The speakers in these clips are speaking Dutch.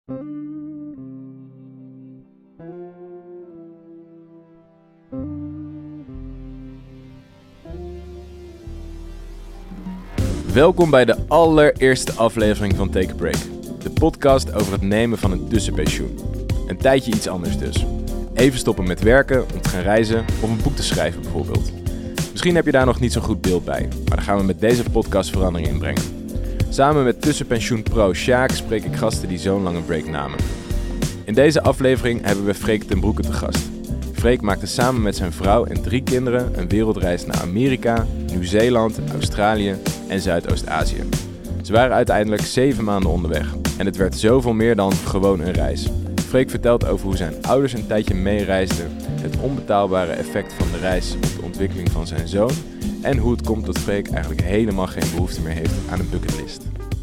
Welkom bij de allereerste aflevering van Take a Break. De podcast over het nemen van een tussenpensioen. Een tijdje iets anders dus. Even stoppen met werken om te gaan reizen of een boek te schrijven bijvoorbeeld. Misschien heb je daar nog niet zo'n goed beeld bij, maar daar gaan we met deze podcast verandering in brengen. Samen met tussenpensioenpro Sjaak spreek ik gasten die zo'n lange break namen. In deze aflevering hebben we Freek ten Broeke te gast. Freek maakte samen met zijn vrouw en 3 kinderen een wereldreis naar Amerika, Nieuw-Zeeland, Australië en Zuidoost-Azië. Ze waren uiteindelijk 7 maanden onderweg en het werd zoveel meer dan gewoon een reis. Freek vertelt over hoe zijn ouders een tijdje meereisden, het onbetaalbare effect van de reis op de ontwikkeling van zijn zoon en hoe het komt dat Freek eigenlijk helemaal geen behoefte meer heeft aan een bucketlist.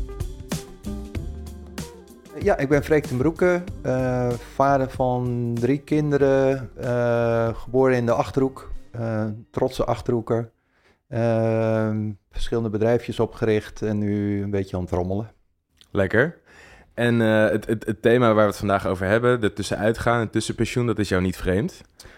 Ja, ik ben Freek ten Broeke, vader van 3 kinderen, geboren in de Achterhoek, trotse Achterhoeker. Verschillende bedrijfjes opgericht en nu een beetje aan het rommelen. Lekker. En het thema waar we het vandaag over hebben, de tussenuitgaan en tussenpensioen, dat is jou niet vreemd.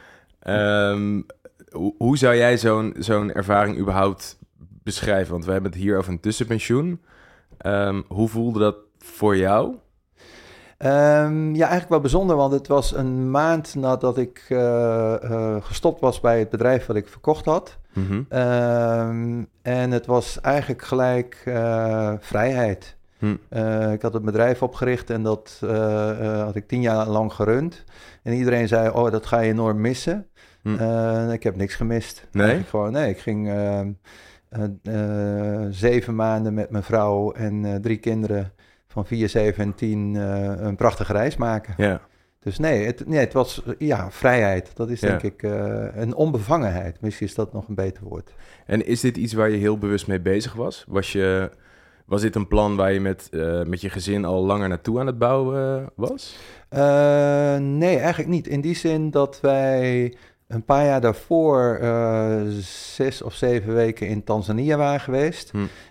Hoe zou jij zo'n ervaring überhaupt beschrijven? Want we hebben het hier over een tussenpensioen. Hoe voelde dat voor jou? Ja, eigenlijk wel bijzonder, want het was een maand nadat ik gestopt was bij het bedrijf wat ik verkocht had. Mm-hmm. En het was eigenlijk gelijk vrijheid. Ik had het bedrijf opgericht en dat had ik 10 jaar lang gerund. En iedereen zei, oh, dat ga je enorm missen. Ik heb niks gemist. Nee? Ik ging 7 maanden met mijn vrouw en 3 kinderen van 4, 7 en 10 een prachtige reis maken. Ja. Dus het was vrijheid. Dat is denk ik een onbevangenheid. Misschien is dat nog een beter woord. En is dit iets waar je heel bewust mee bezig was? Was dit een plan waar je met je gezin al langer naartoe aan het bouwen was? Nee, eigenlijk niet. In die zin dat wij een paar jaar daarvoor 6 of 7 weken in Tanzania waren geweest.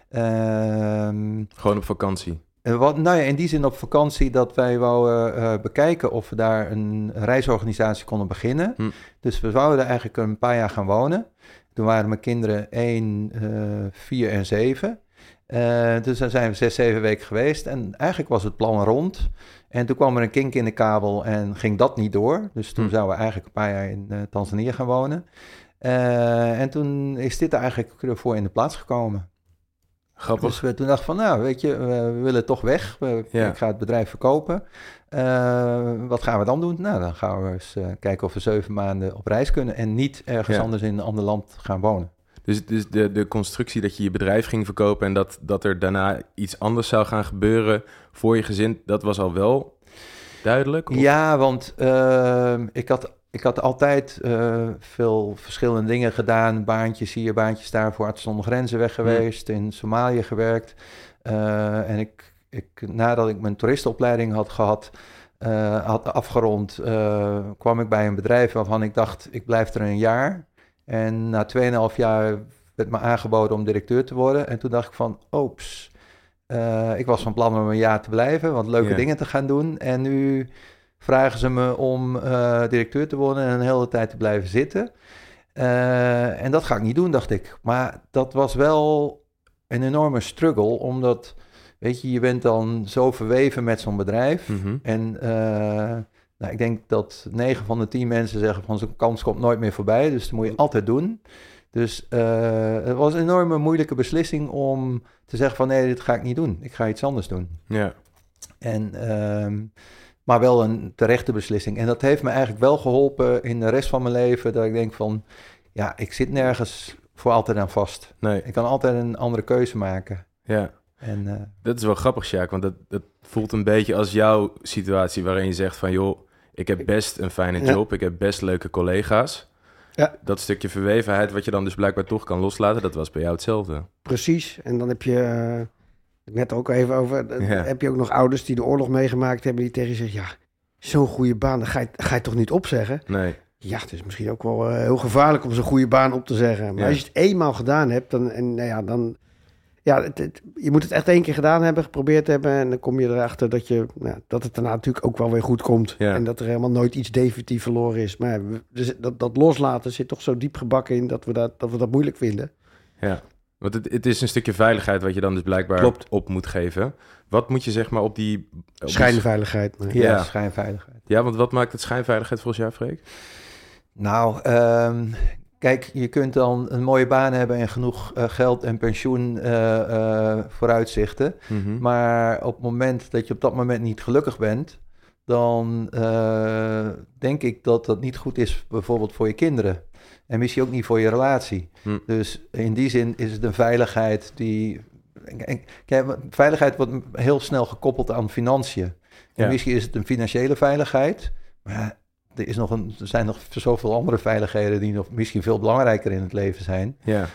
Gewoon op vakantie? In die zin op vakantie dat wij wouden bekijken of we daar een reisorganisatie konden beginnen. Dus we wouden er eigenlijk een paar jaar gaan wonen. Toen waren mijn kinderen 1, 4 en 7. Dus dan zijn we 6, 7 weken geweest en eigenlijk was het plan rond. En toen kwam er een kink in de kabel en ging dat niet door. Dus toen zouden we eigenlijk een paar jaar in Tanzania gaan wonen. En toen is dit eigenlijk ervoor in de plaats gekomen. Grappig. Dus we toen dachten van, weet je, we willen toch weg. Ik ga het bedrijf verkopen. Wat gaan we dan doen? Nou, dan gaan we eens kijken of we 7 maanden op reis kunnen en niet ergens anders in een ander land gaan wonen. Dus de constructie dat je je bedrijf ging verkopen en dat er daarna iets anders zou gaan gebeuren voor je gezin, dat was al wel duidelijk? Of? Ja, want ik had altijd veel verschillende dingen gedaan. Baantjes hier, baantjes daar, voor Artsen zonder Grenzen weg geweest, in Somalië gewerkt. En nadat ik mijn toeristenopleiding had afgerond, kwam ik bij een bedrijf waarvan ik dacht, ik blijf er een jaar. En na 2,5 jaar werd me aangeboden om directeur te worden. En toen dacht ik van, oeps, ik was van plan om een jaar te blijven, wat leuke dingen te gaan doen. En nu vragen ze me om directeur te worden en een hele tijd te blijven zitten. En dat ga ik niet doen, dacht ik. Maar dat was wel een enorme struggle, omdat, weet je bent dan zo verweven met zo'n bedrijf. Mm-hmm. En ik denk dat 9 van de 10 mensen zeggen van zo'n kans komt nooit meer voorbij. Dus dat moet je altijd doen. Dus het was een enorme moeilijke beslissing om te zeggen van nee, dit ga ik niet doen. Ik ga iets anders doen. Ja. Maar wel een terechte beslissing. En dat heeft me eigenlijk wel geholpen in de rest van mijn leven. Dat ik denk van, ja, ik zit nergens voor altijd aan vast. Nee. Ik kan altijd een andere keuze maken. Ja. En dat is wel grappig, Sjaak, want dat voelt een beetje als jouw situatie waarin je zegt van joh, ik heb best een fijne job, ik heb best leuke collega's. Ja. Dat stukje verwevenheid wat je dan dus blijkbaar toch kan loslaten, dat was bij jou hetzelfde. Precies, en dan heb je, net ook even over, heb je ook nog ouders die de oorlog meegemaakt hebben, die tegen je zeggen, ja, zo'n goede baan, dan ga je toch niet opzeggen? Nee. Ja, het is misschien ook wel heel gevaarlijk om zo'n goede baan op te zeggen. Maar als je het eenmaal gedaan hebt, dan je moet het echt 1 keer gedaan hebben, geprobeerd hebben. En dan kom je erachter dat het daarna natuurlijk ook wel weer goed komt. Ja. En dat er helemaal nooit iets definitief verloren is. Maar dat loslaten zit toch zo diep gebakken in dat we dat moeilijk vinden. Ja, want het is een stukje veiligheid wat je dan dus blijkbaar op moet geven. Wat moet je zeg maar op die... Schijnveiligheid. Ja, schijnveiligheid. Ja, want wat maakt het schijnveiligheid volgens jou, Freek? Nou, kijk, je kunt dan een mooie baan hebben en genoeg geld en pensioen vooruitzichten. Mm-hmm. Maar op het moment dat je op dat moment niet gelukkig bent, dan denk ik dat dat niet goed is bijvoorbeeld voor je kinderen. En misschien ook niet voor je relatie. Dus in die zin is het een veiligheid die... Kijk, veiligheid wordt heel snel gekoppeld aan financiën. En misschien is het een financiële veiligheid, maar er zijn nog zoveel andere veiligheden die nog misschien veel belangrijker in het leven zijn. Ja.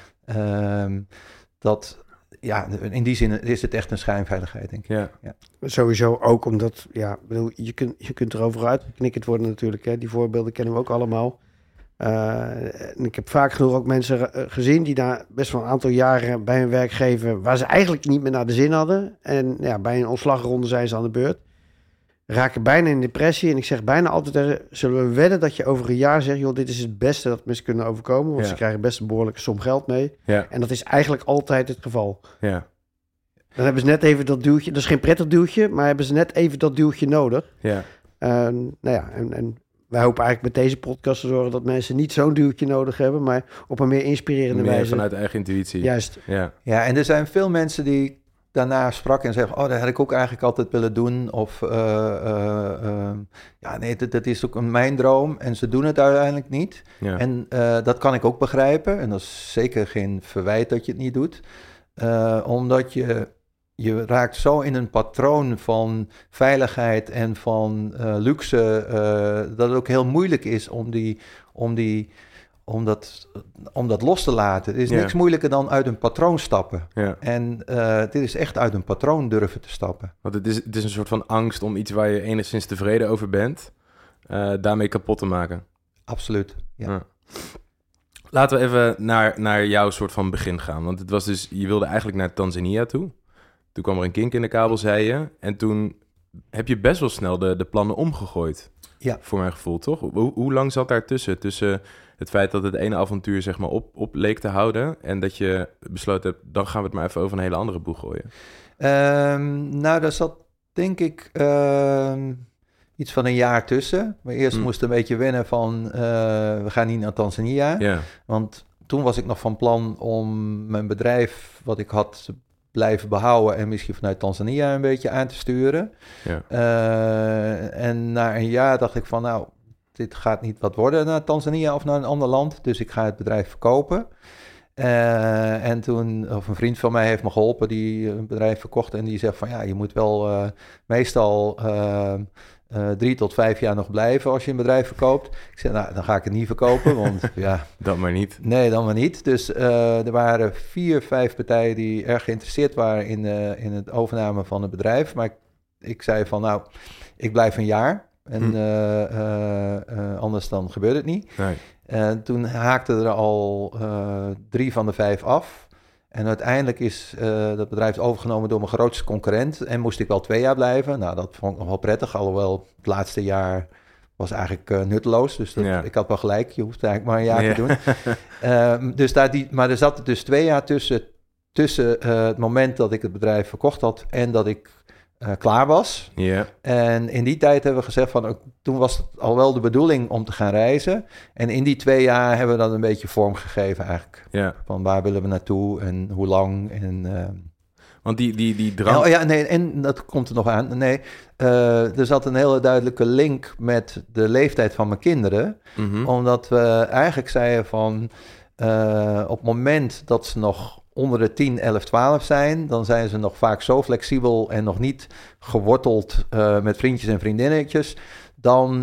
In die zin is het echt een schijnveiligheid, denk ik. Ja. Ja. Sowieso ook omdat, je kunt erover uitgeknikkerd worden natuurlijk. Hè? Die voorbeelden kennen we ook allemaal. En ik heb vaak genoeg ook mensen gezien die na best wel een aantal jaren bij een werkgever, waar ze eigenlijk niet meer naar de zin hadden. En bij een ontslagronde zijn ze aan de beurt. Raken bijna in depressie. En ik zeg bijna altijd, zullen we wedden dat je over een jaar zegt, joh, dit is het beste dat mensen kunnen overkomen. Want ze krijgen best een behoorlijke som geld mee. Ja. En dat is eigenlijk altijd het geval. Ja. Dan hebben ze net even dat duwtje. Dat is geen prettig duwtje, maar hebben ze net even dat duwtje nodig. Ja. En wij hopen eigenlijk met deze podcast te zorgen dat mensen niet zo'n duwtje nodig hebben, maar op een meer inspirerende wijze. Vanuit eigen intuïtie. Juist. Ja, en er zijn veel mensen die daarna sprak en zeggen, dat had ik ook eigenlijk altijd willen doen. Of, dat is ook mijn droom. En ze doen het uiteindelijk niet. Ja. En dat kan ik ook begrijpen. En dat is zeker geen verwijt dat je het niet doet. Omdat je raakt zo in een patroon van veiligheid en van luxe, dat het ook heel moeilijk is om dat los te laten. Het is niks moeilijker dan uit een patroon stappen. Ja. En dit is echt uit een patroon durven te stappen. Want het is een soort van angst om iets waar je enigszins tevreden over bent, daarmee kapot te maken. Absoluut, ja. Laten we even naar jouw soort van begin gaan. Want het was dus, je wilde eigenlijk naar Tanzania toe. Toen kwam er een kink in de kabel, zei je. En toen heb je best wel snel de plannen omgegooid. Ja. Voor mijn gevoel, toch? Hoe lang zat daar tussen het feit dat het ene avontuur zeg maar op leek te houden en dat je besloten hebt, dan gaan we het maar even over een hele andere boeg gooien? Daar zat denk ik iets van een jaar tussen. Maar eerst moest een beetje wennen van we gaan niet naar Tanzania. Yeah. Want toen was ik nog van plan om mijn bedrijf wat ik had blijven behouden en misschien vanuit Tanzania een beetje aan te sturen. Ja. En na een jaar dacht ik van dit gaat niet wat worden naar Tanzania of naar een ander land. Dus ik ga het bedrijf verkopen. En toen, een vriend van mij heeft me geholpen die een bedrijf verkocht en die zegt van je moet wel meestal 3 tot 5 jaar nog blijven als je een bedrijf verkoopt. Ik zei, dan ga ik het niet verkopen, want Dan maar niet. Nee, dan maar niet. Dus er waren 4, 5 partijen die erg geïnteresseerd waren in het overname van het bedrijf. Maar ik zei van, ik blijf een jaar. En anders dan gebeurt het niet. Nee. Toen haakten er al 3 van de 5 af. En uiteindelijk is dat bedrijf overgenomen door mijn grootste concurrent. En moest ik wel 2 jaar blijven. Nou, dat vond ik nog wel prettig. Alhoewel het laatste jaar was eigenlijk nutteloos. Dus ik had wel gelijk. Je hoeft eigenlijk maar een jaar te doen. Maar er zat dus 2 jaar tussen het moment dat ik het bedrijf verkocht had en dat ik klaar was. Yeah. En in die tijd hebben we gezegd van, toen was het al wel de bedoeling om te gaan reizen. En in die 2 jaar hebben we dat een beetje vorm gegeven eigenlijk. Yeah. Van waar willen we naartoe en hoe lang en... Want die drang... en dat komt er nog aan. Nee, er zat een hele duidelijke link met de leeftijd van mijn kinderen. Mm-hmm. Omdat we eigenlijk zeiden van, op het moment dat ze nog onder de 10, 11, 12 zijn, dan zijn ze nog vaak zo flexibel en nog niet geworteld met vriendjes en vriendinnetjes. Dan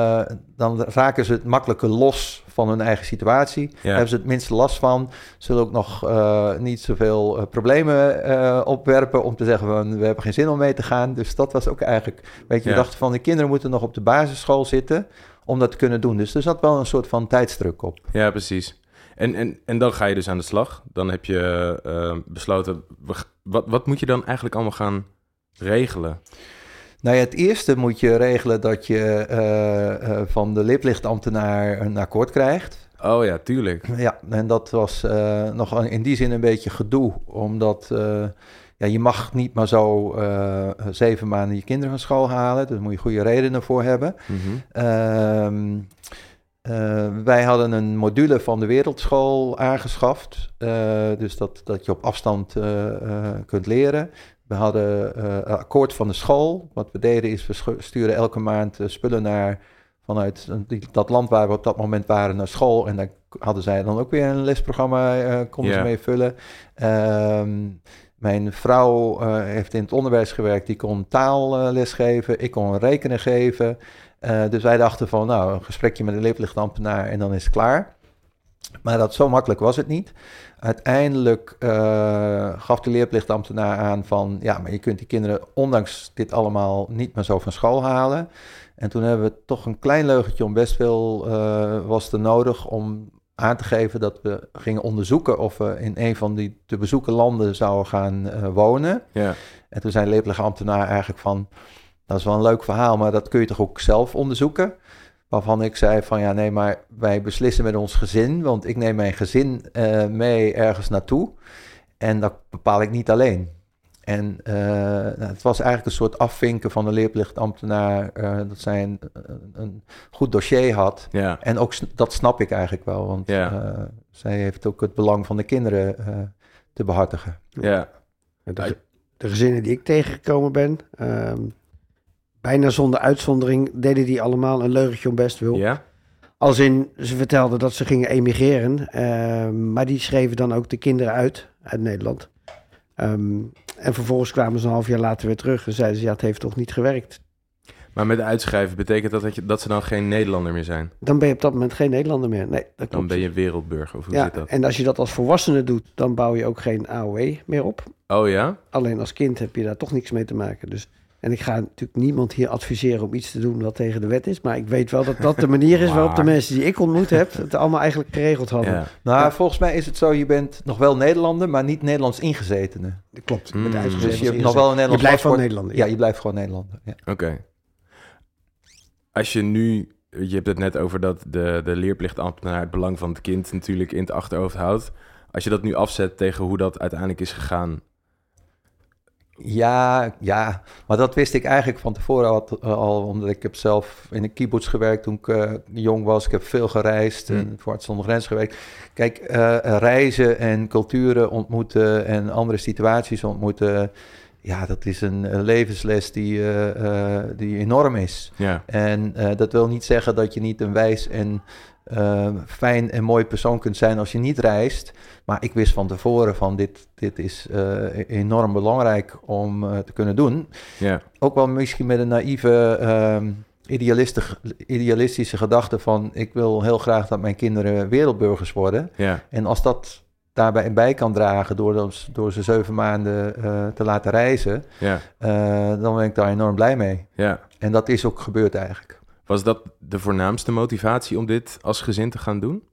raken ze het makkelijker los van hun eigen situatie. Ja. Hebben ze het minste last van. Zullen ook nog niet zoveel problemen opwerpen om te zeggen van, we hebben geen zin om mee te gaan. Dus dat was ook eigenlijk, we dachten van, de kinderen moeten nog op de basisschool zitten om dat te kunnen doen. Dus er zat wel een soort van tijdsdruk op. Ja, precies. En dan ga je dus aan de slag. Dan heb je besloten... Wat moet je dan eigenlijk allemaal gaan regelen? Nou ja, het eerste moet je regelen dat je van de leerplichtambtenaar een akkoord krijgt. Oh ja, tuurlijk. Ja, en dat was nog in die zin een beetje gedoe, omdat je mag niet maar zo 7 maanden je kinderen van school halen. Daar moet je goede redenen voor hebben. Mm-hmm. Wij hadden een module van de wereldschool aangeschaft, dus dat je op afstand kunt leren. We hadden een akkoord van de school. Wat we deden is, we sturen elke maand spullen vanuit dat land waar we op dat moment waren naar school. En daar hadden zij dan ook weer een lesprogramma, konden ze mee vullen. Mijn vrouw heeft in het onderwijs gewerkt, die kon taalles geven. Ik kon rekenen geven. Dus wij dachten van, nou, een gesprekje met een leerplichtambtenaar en dan is het klaar. Maar zo makkelijk was het niet. Uiteindelijk gaf de leerplichtambtenaar aan van... ja, maar je kunt die kinderen ondanks dit allemaal niet meer zo van school halen. En toen hebben we toch een klein leugentje om bestwil was er nodig... om aan te geven dat we gingen onderzoeken... of we in een van die te bezoeken landen zouden gaan wonen. Ja. En toen zei de leerplichtambtenaar eigenlijk van... dat is wel een leuk verhaal, maar dat kun je toch ook zelf onderzoeken... Waarvan ik zei van ja, nee, maar wij beslissen met ons gezin. Want ik neem mijn gezin mee ergens naartoe. En dat bepaal ik niet alleen. En het was eigenlijk een soort afvinken van de leerplichtambtenaar. Dat zij een goed dossier had. Ja. En ook dat snap ik eigenlijk wel. Want zij heeft ook het belang van de kinderen te behartigen. Ja. De gezinnen die ik tegengekomen ben... bijna zonder uitzondering deden die allemaal een leugentje om bestwil. Ja? Als in, ze vertelden dat ze gingen emigreren. Maar die schreven dan ook de kinderen uit Nederland. En vervolgens kwamen ze een half jaar later weer terug. En zeiden ze, ja, het heeft toch niet gewerkt. Maar met uitschrijven betekent dat ze dan geen Nederlander meer zijn? Dan ben je op dat moment geen Nederlander meer. Nee, dat klopt. Dan ben je wereldburger, of hoe zit dat? En als je dat als volwassene doet, dan bouw je ook geen AOW meer op. Oh ja? Alleen als kind heb je daar toch niks mee te maken. Dus... En ik ga natuurlijk niemand hier adviseren om iets te doen wat tegen de wet is. Maar ik weet wel dat dat de manier is waarop de mensen die ik ontmoet heb... het allemaal eigenlijk geregeld hadden. Ja. Nou, volgens mij is het zo, je bent nog wel Nederlander, maar niet Nederlands ingezetene. Dat klopt. Dus je hebt nog wel een Nederlands je blijft paspoort. gewoon Nederlander. Ja, je blijft gewoon Nederlander. Ja. Oké. Als je nu... Je hebt het net over dat de leerplichtambtenaar het belang van het kind natuurlijk in het achterhoofd houdt. Als je dat nu afzet tegen hoe dat uiteindelijk is gegaan... Ja, maar dat wist ik eigenlijk van tevoren al, omdat ik heb zelf in een kibbutz gewerkt toen ik jong was. Ik heb veel gereisd en voor het Zonder Grens gewerkt. Kijk, reizen en culturen ontmoeten en andere situaties ontmoeten, ja, dat is een levensles die enorm is. Ja. En dat wil niet zeggen dat je niet een wijs en fijn en mooi persoon kunt zijn als je niet reist. Maar ik wist van tevoren van dit is enorm belangrijk om te kunnen doen. Ja. Ook wel misschien met een naïeve, idealistische gedachte van... ik wil heel graag dat mijn kinderen wereldburgers worden. Ja. En als dat daarbij bij kan dragen door ze 7 maanden te laten reizen... dan ben ik daar enorm blij mee. Ja. En dat is ook gebeurd eigenlijk. Was dat de voornaamste motivatie om dit als gezin te gaan doen?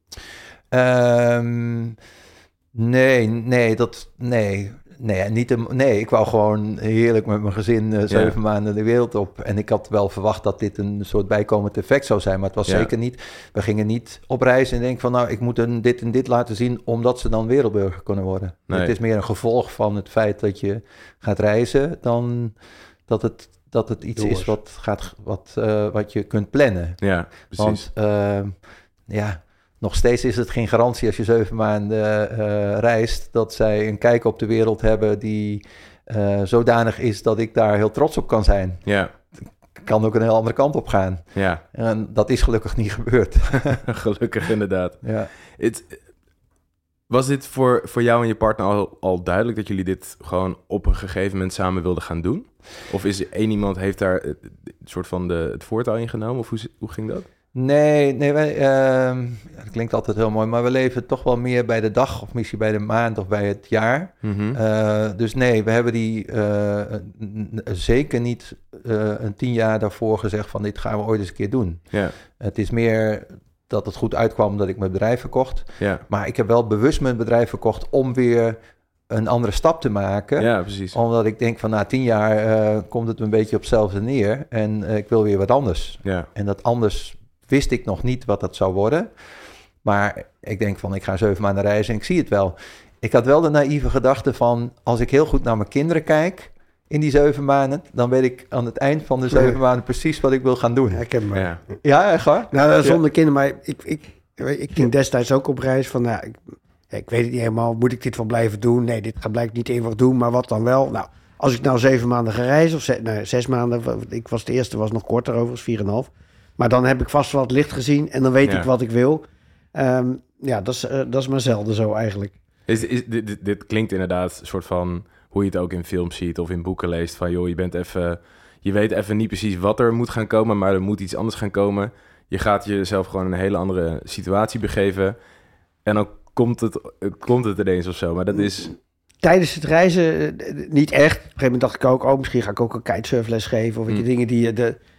Nee, ik wou gewoon heerlijk met mijn gezin 7 maanden de wereld op. En ik had wel verwacht dat dit een soort bijkomend effect zou zijn, maar het was zeker niet. We gingen niet op reis en denken van nou, ik moet dit en dit laten zien, omdat ze dan wereldburger kunnen worden. Nee. Het is meer een gevolg van het feit dat je gaat reizen, dan dat het iets is wat je kunt plannen. Ja, precies. Want nog steeds is het geen garantie als je 7 maanden reist, dat zij een kijk op de wereld hebben die zodanig is dat ik daar heel trots op kan zijn. Ja. Kan ook een heel andere kant op gaan. Ja. En dat is gelukkig niet gebeurd. Gelukkig inderdaad. Ja. Was dit voor jou en je partner al duidelijk dat jullie dit gewoon op een gegeven moment samen wilden gaan doen? Of is er één iemand heeft daar een soort van het voortouw in genomen? Of hoe ging dat? Nee, wij, dat klinkt altijd heel mooi, maar we leven toch wel meer bij de dag of misschien bij de maand of bij het jaar. Mm-hmm. Dus nee, we hebben die zeker niet 10 jaar daarvoor gezegd van dit gaan we ooit eens een keer doen. Ja. Het is meer dat het goed uitkwam dat ik mijn bedrijf verkocht. Ja. Maar ik heb wel bewust mijn bedrijf verkocht om weer een andere stap te maken. Ja, precies. Omdat ik denk van na 10 jaar komt het een beetje op hetzelfde neer. En ik wil weer wat anders. Ja. En dat anders wist ik nog niet wat dat zou worden. Maar ik denk van ik ga 7 maanden reizen en ik zie het wel. Ik had wel de naïeve gedachte van als ik heel goed naar mijn kinderen kijk in die 7 maanden, dan weet ik aan het eind van de 7 maanden precies wat ik wil gaan doen. Herkenbaar. Ja. Ja, echt waar? Nou, zonder kinderen, maar ik ging destijds ook op reis van, ik weet het niet helemaal, moet ik dit wel blijven doen? Nee, dit ga blijkbaar niet eeuwig doen, maar wat dan wel? Nou, als ik nou 7 maanden ga reizen, of 6 maanden, de eerste was nog korter overigens, 4,5. Maar dan heb ik vast wel het licht gezien en dan weet ik wat ik wil. Dat is maar zelden zo eigenlijk. Dit klinkt inderdaad een soort van hoe je het ook in films ziet of in boeken leest. Van joh, je weet even niet precies wat er moet gaan komen, maar er moet iets anders gaan komen. Je gaat jezelf gewoon in een hele andere situatie begeven. En dan komt het ineens of zo. Maar dat is... Tijdens het reizen niet echt. Op een gegeven moment dacht ik ook, misschien ga ik ook een kitesurfles geven. Of dingen die...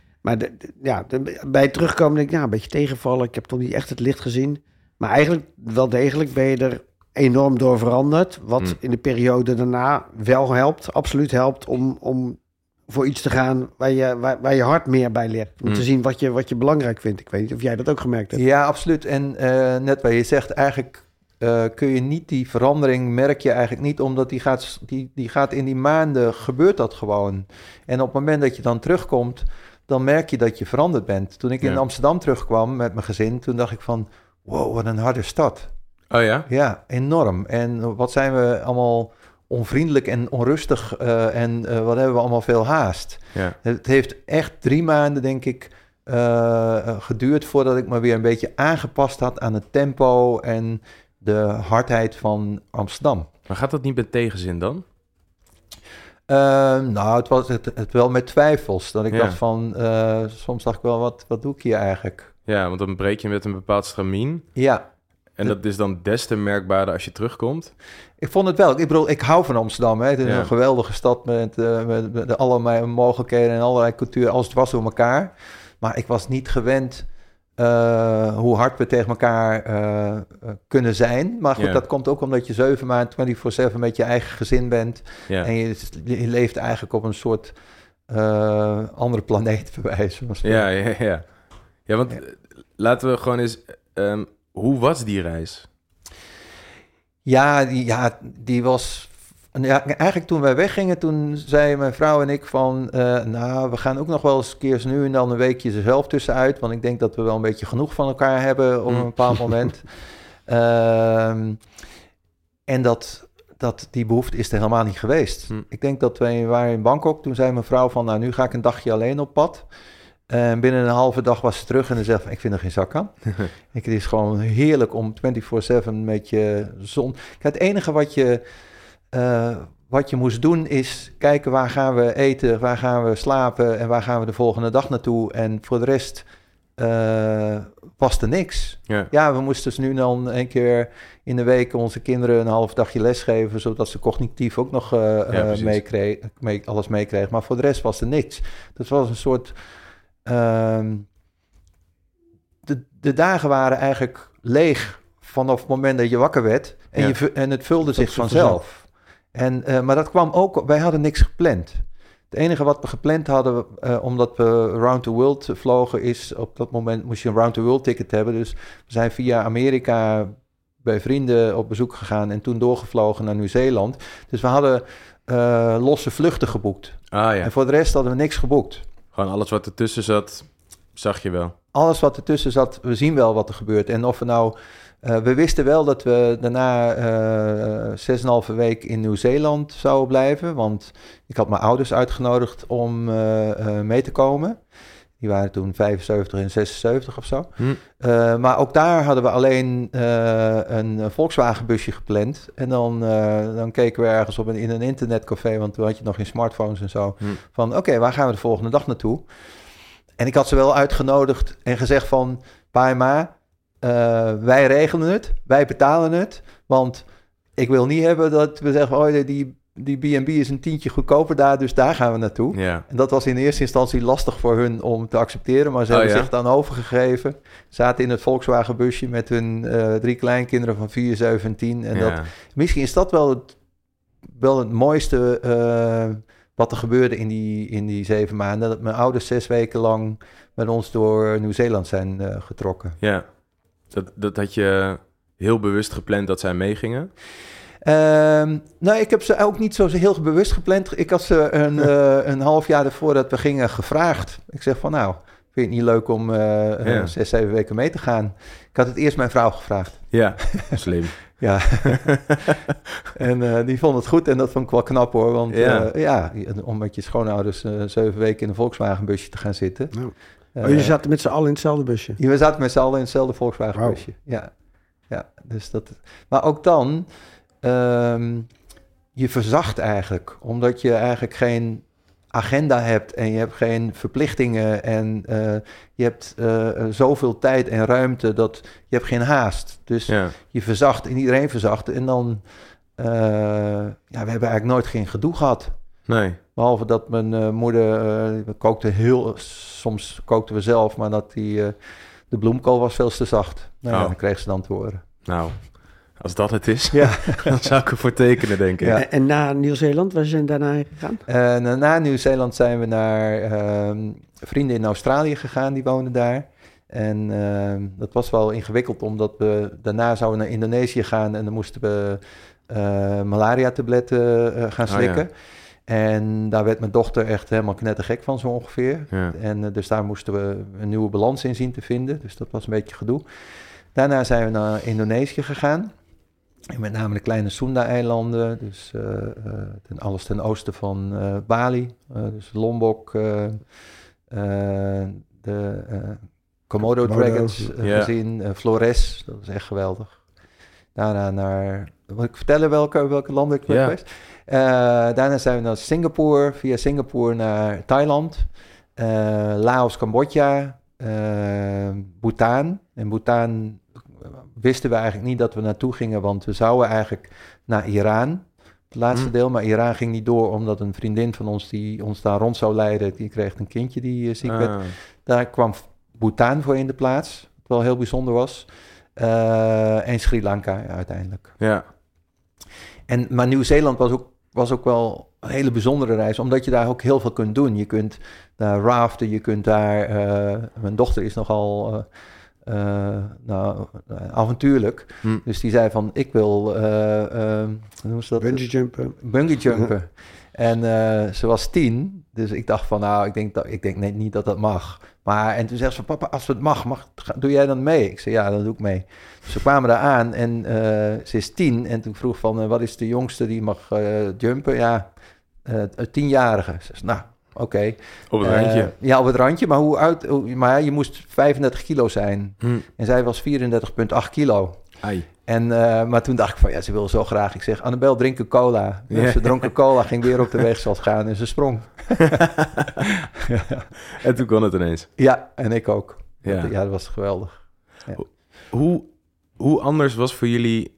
bij het terugkomen denk ik, een beetje tegenvallen. Ik heb toch niet echt het licht gezien. Maar eigenlijk wel degelijk ben je er enorm door veranderd. Wat in de periode daarna wel helpt, absoluut helpt om voor iets te gaan waar je hart meer bij ligt. Om te zien wat je belangrijk vindt. Ik weet niet of jij dat ook gemerkt hebt. Ja, absoluut. En net wat je zegt, eigenlijk kun je niet die verandering, merk je eigenlijk niet, omdat die gaat in die maanden, gebeurt dat gewoon. En op het moment dat je dan terugkomt, dan merk je dat je veranderd bent. Toen ik in Amsterdam terugkwam met mijn gezin, toen dacht ik van, wow, wat een harde stad. Oh ja? Ja, enorm. En wat zijn we allemaal onvriendelijk en onrustig en wat hebben we allemaal veel haast. Ja. Het heeft echt 3 maanden, denk ik, geduurd voordat ik me weer een beetje aangepast had aan het tempo en de hardheid van Amsterdam. Maar gaat dat niet met tegenzin dan? Het was het wel met twijfels. Dat ik dacht van, soms dacht ik wel, wat doe ik hier eigenlijk? Ja, want dan breek je met een bepaald stramien. Ja. En dat is dan des te merkbaarder als je terugkomt. Ik vond het wel. Ik bedoel, ik hou van Amsterdam. Hè. Het is een geweldige stad met allerlei mogelijkheden en allerlei cultuur. Alles dwars door elkaar. Maar ik was niet gewend hoe hard we tegen elkaar kunnen zijn. Maar goed, dat komt ook omdat je 7 maanden 24/7 met je eigen gezin bent. Ja. En je leeft eigenlijk op een soort andere planeet, bij wijze van spreken. Ja, want laten we gewoon eens... hoe was die reis? Die was... Ja, eigenlijk toen wij weggingen, toen zei mijn vrouw en ik van... we gaan ook nog wel eens een keer nu en dan een weekje zelf tussenuit. Want ik denk dat we wel een beetje genoeg van elkaar hebben op een bepaald moment. En die behoefte is er helemaal niet geweest. Ik denk dat we waren in Bangkok. Toen zei mijn vrouw van, nu ga ik een dagje alleen op pad. En binnen een halve dag was ze terug en ze zegt, ik vind er geen zak aan. Het is gewoon heerlijk om 24/7 met je zon... Kijk, het enige wat je moest doen is kijken waar gaan we eten, waar gaan we slapen en waar gaan we de volgende dag naartoe. En voor de rest was er niks. Ja, we moesten dus nu dan 1 keer in de week onze kinderen een half dagje lesgeven, zodat ze cognitief ook nog alles meekregen. Maar voor de rest was er niks. Dat was een soort... De dagen waren eigenlijk leeg vanaf het moment dat je wakker werd en het vulde zich vanzelf. Maar dat kwam ook, wij hadden niks gepland. Het enige wat we gepland hadden, omdat we round the world vlogen, is op dat moment moest je een round the world ticket hebben. Dus we zijn via Amerika bij vrienden op bezoek gegaan en toen doorgevlogen naar Nieuw-Zeeland. Dus we hadden losse vluchten geboekt. En voor de rest hadden we niks geboekt. Gewoon alles wat ertussen zat, zag je wel. Alles wat ertussen zat, we zien wel wat er gebeurt. En of we nou... we wisten wel dat we daarna 6,5 week in Nieuw-Zeeland zouden blijven. Want ik had mijn ouders uitgenodigd om mee te komen. Die waren toen 75 en 76 of zo. Maar ook daar hadden we alleen een Volkswagen busje gepland. En dan keken we ergens in een internetcafé, want toen had je nog geen smartphones en zo. Van oké, waar gaan we de volgende dag naartoe? En ik had ze wel uitgenodigd en gezegd van, pa en ma, wij regelen het, wij betalen het. Want ik wil niet hebben dat we zeggen, die B&B is een tientje goedkoper daar, dus daar gaan we naartoe. Ja. En dat was in eerste instantie lastig voor hun om te accepteren, maar ze hebben zich dan overgegeven. Zaten in het Volkswagen-busje met hun 3 kleinkinderen van 4, 7 en 10. En misschien is dat wel het mooiste wat er gebeurde in die 7 maanden. Dat mijn ouders 6 weken lang met ons door Nieuw-Zeeland zijn getrokken. Ja, dat had je heel bewust gepland dat zij meegingen? Ik heb ze ook niet zo heel bewust gepland. Ik had ze een half jaar ervoor dat we gingen gevraagd. Ik zeg van vind je het niet leuk om 6, 7 weken mee te gaan? Ik had het eerst mijn vrouw gevraagd. Ja, slim. Ja, en die vond het goed en dat vond ik wel knap hoor. Want om met je schoonouders 7 weken in een Volkswagen-busje te gaan zitten. Jullie zaten met z'n allen in hetzelfde busje? We zaten met z'n allen in hetzelfde Volkswagen-busje, ja. Dus dat, maar ook dan, je verzacht eigenlijk, omdat je eigenlijk geen agenda hebt en je hebt geen verplichtingen en je hebt zoveel tijd en ruimte dat je hebt geen haast. Dus je verzacht en iedereen verzacht en dan, we hebben eigenlijk nooit geen gedoe gehad. Nee. Behalve dat mijn moeder, soms kookten we zelf, maar dat de bloemkool was veel te zacht. Dan kreeg ze dan te horen. Nou, als dat het is, dan zou ik ervoor tekenen, denk ik. Ja. En na Nieuw-Zeeland, waar zijn daarna gegaan? Na Nieuw-Zeeland zijn we naar vrienden in Australië gegaan, die wonen daar. En dat was wel ingewikkeld, omdat we daarna zouden naar Indonesië gaan en dan moesten we malaria-tabletten gaan slikken. Ja. En daar werd mijn dochter echt helemaal knettergek van, zo ongeveer. Ja. En dus daar moesten we een nieuwe balans in zien te vinden. Dus dat was een beetje gedoe. Daarna zijn we naar Indonesië gegaan. En met name de kleine Sunda-eilanden. Dus alles ten oosten van Bali. Dus Lombok, de Komodo Dragons gezien. Flores, dat is echt geweldig. Daarna naar... Wil ik vertellen welke landen ik ben geweest? Daarna zijn we naar Singapore, via Singapore naar Thailand, Laos, Cambodja, Bhutan. En Bhutan wisten we eigenlijk niet dat we naartoe gingen, want we zouden eigenlijk naar Iran, het laatste deel. Maar Iran ging niet door, omdat een vriendin van ons die ons daar rond zou leiden, die kreeg een kindje die ziek werd. Daar kwam Bhutan voor in de plaats, wat wel heel bijzonder was. En Sri Lanka uiteindelijk. Ja. Maar Nieuw-Zeeland was ook wel een hele bijzondere reis, omdat je daar ook heel veel kunt doen. Je kunt daar raften, je kunt daar... mijn dochter is nogal avontuurlijk. Dus die zei van, ik wil... hoe noemen ze dat? Bungee jumpen. En ze was 10, dus ik dacht van, ik denk niet dat mag. En toen zei ze van, papa, als het mag, doe jij dan mee? Ik zei, ja, dan doe ik mee. Dus we kwamen daar aan en ze is 10. En toen vroeg van, wat is de jongste die mag jumpen? Ja, 10-jarige. Ze zei, oké. Op het randje? Ja, op het randje. Maar maar je moest 35 kilo zijn. En zij was 34,8 kilo. Ai. Maar toen dacht ik van, ze wil zo graag. Ik zeg, Annabel, drink een cola. Dus ze dronk een cola, ging weer op de weegschaal gaan en ze sprong. En toen kon het ineens. Ja, en ik ook. Ja, dat was geweldig. Ja. Hoe anders was voor jullie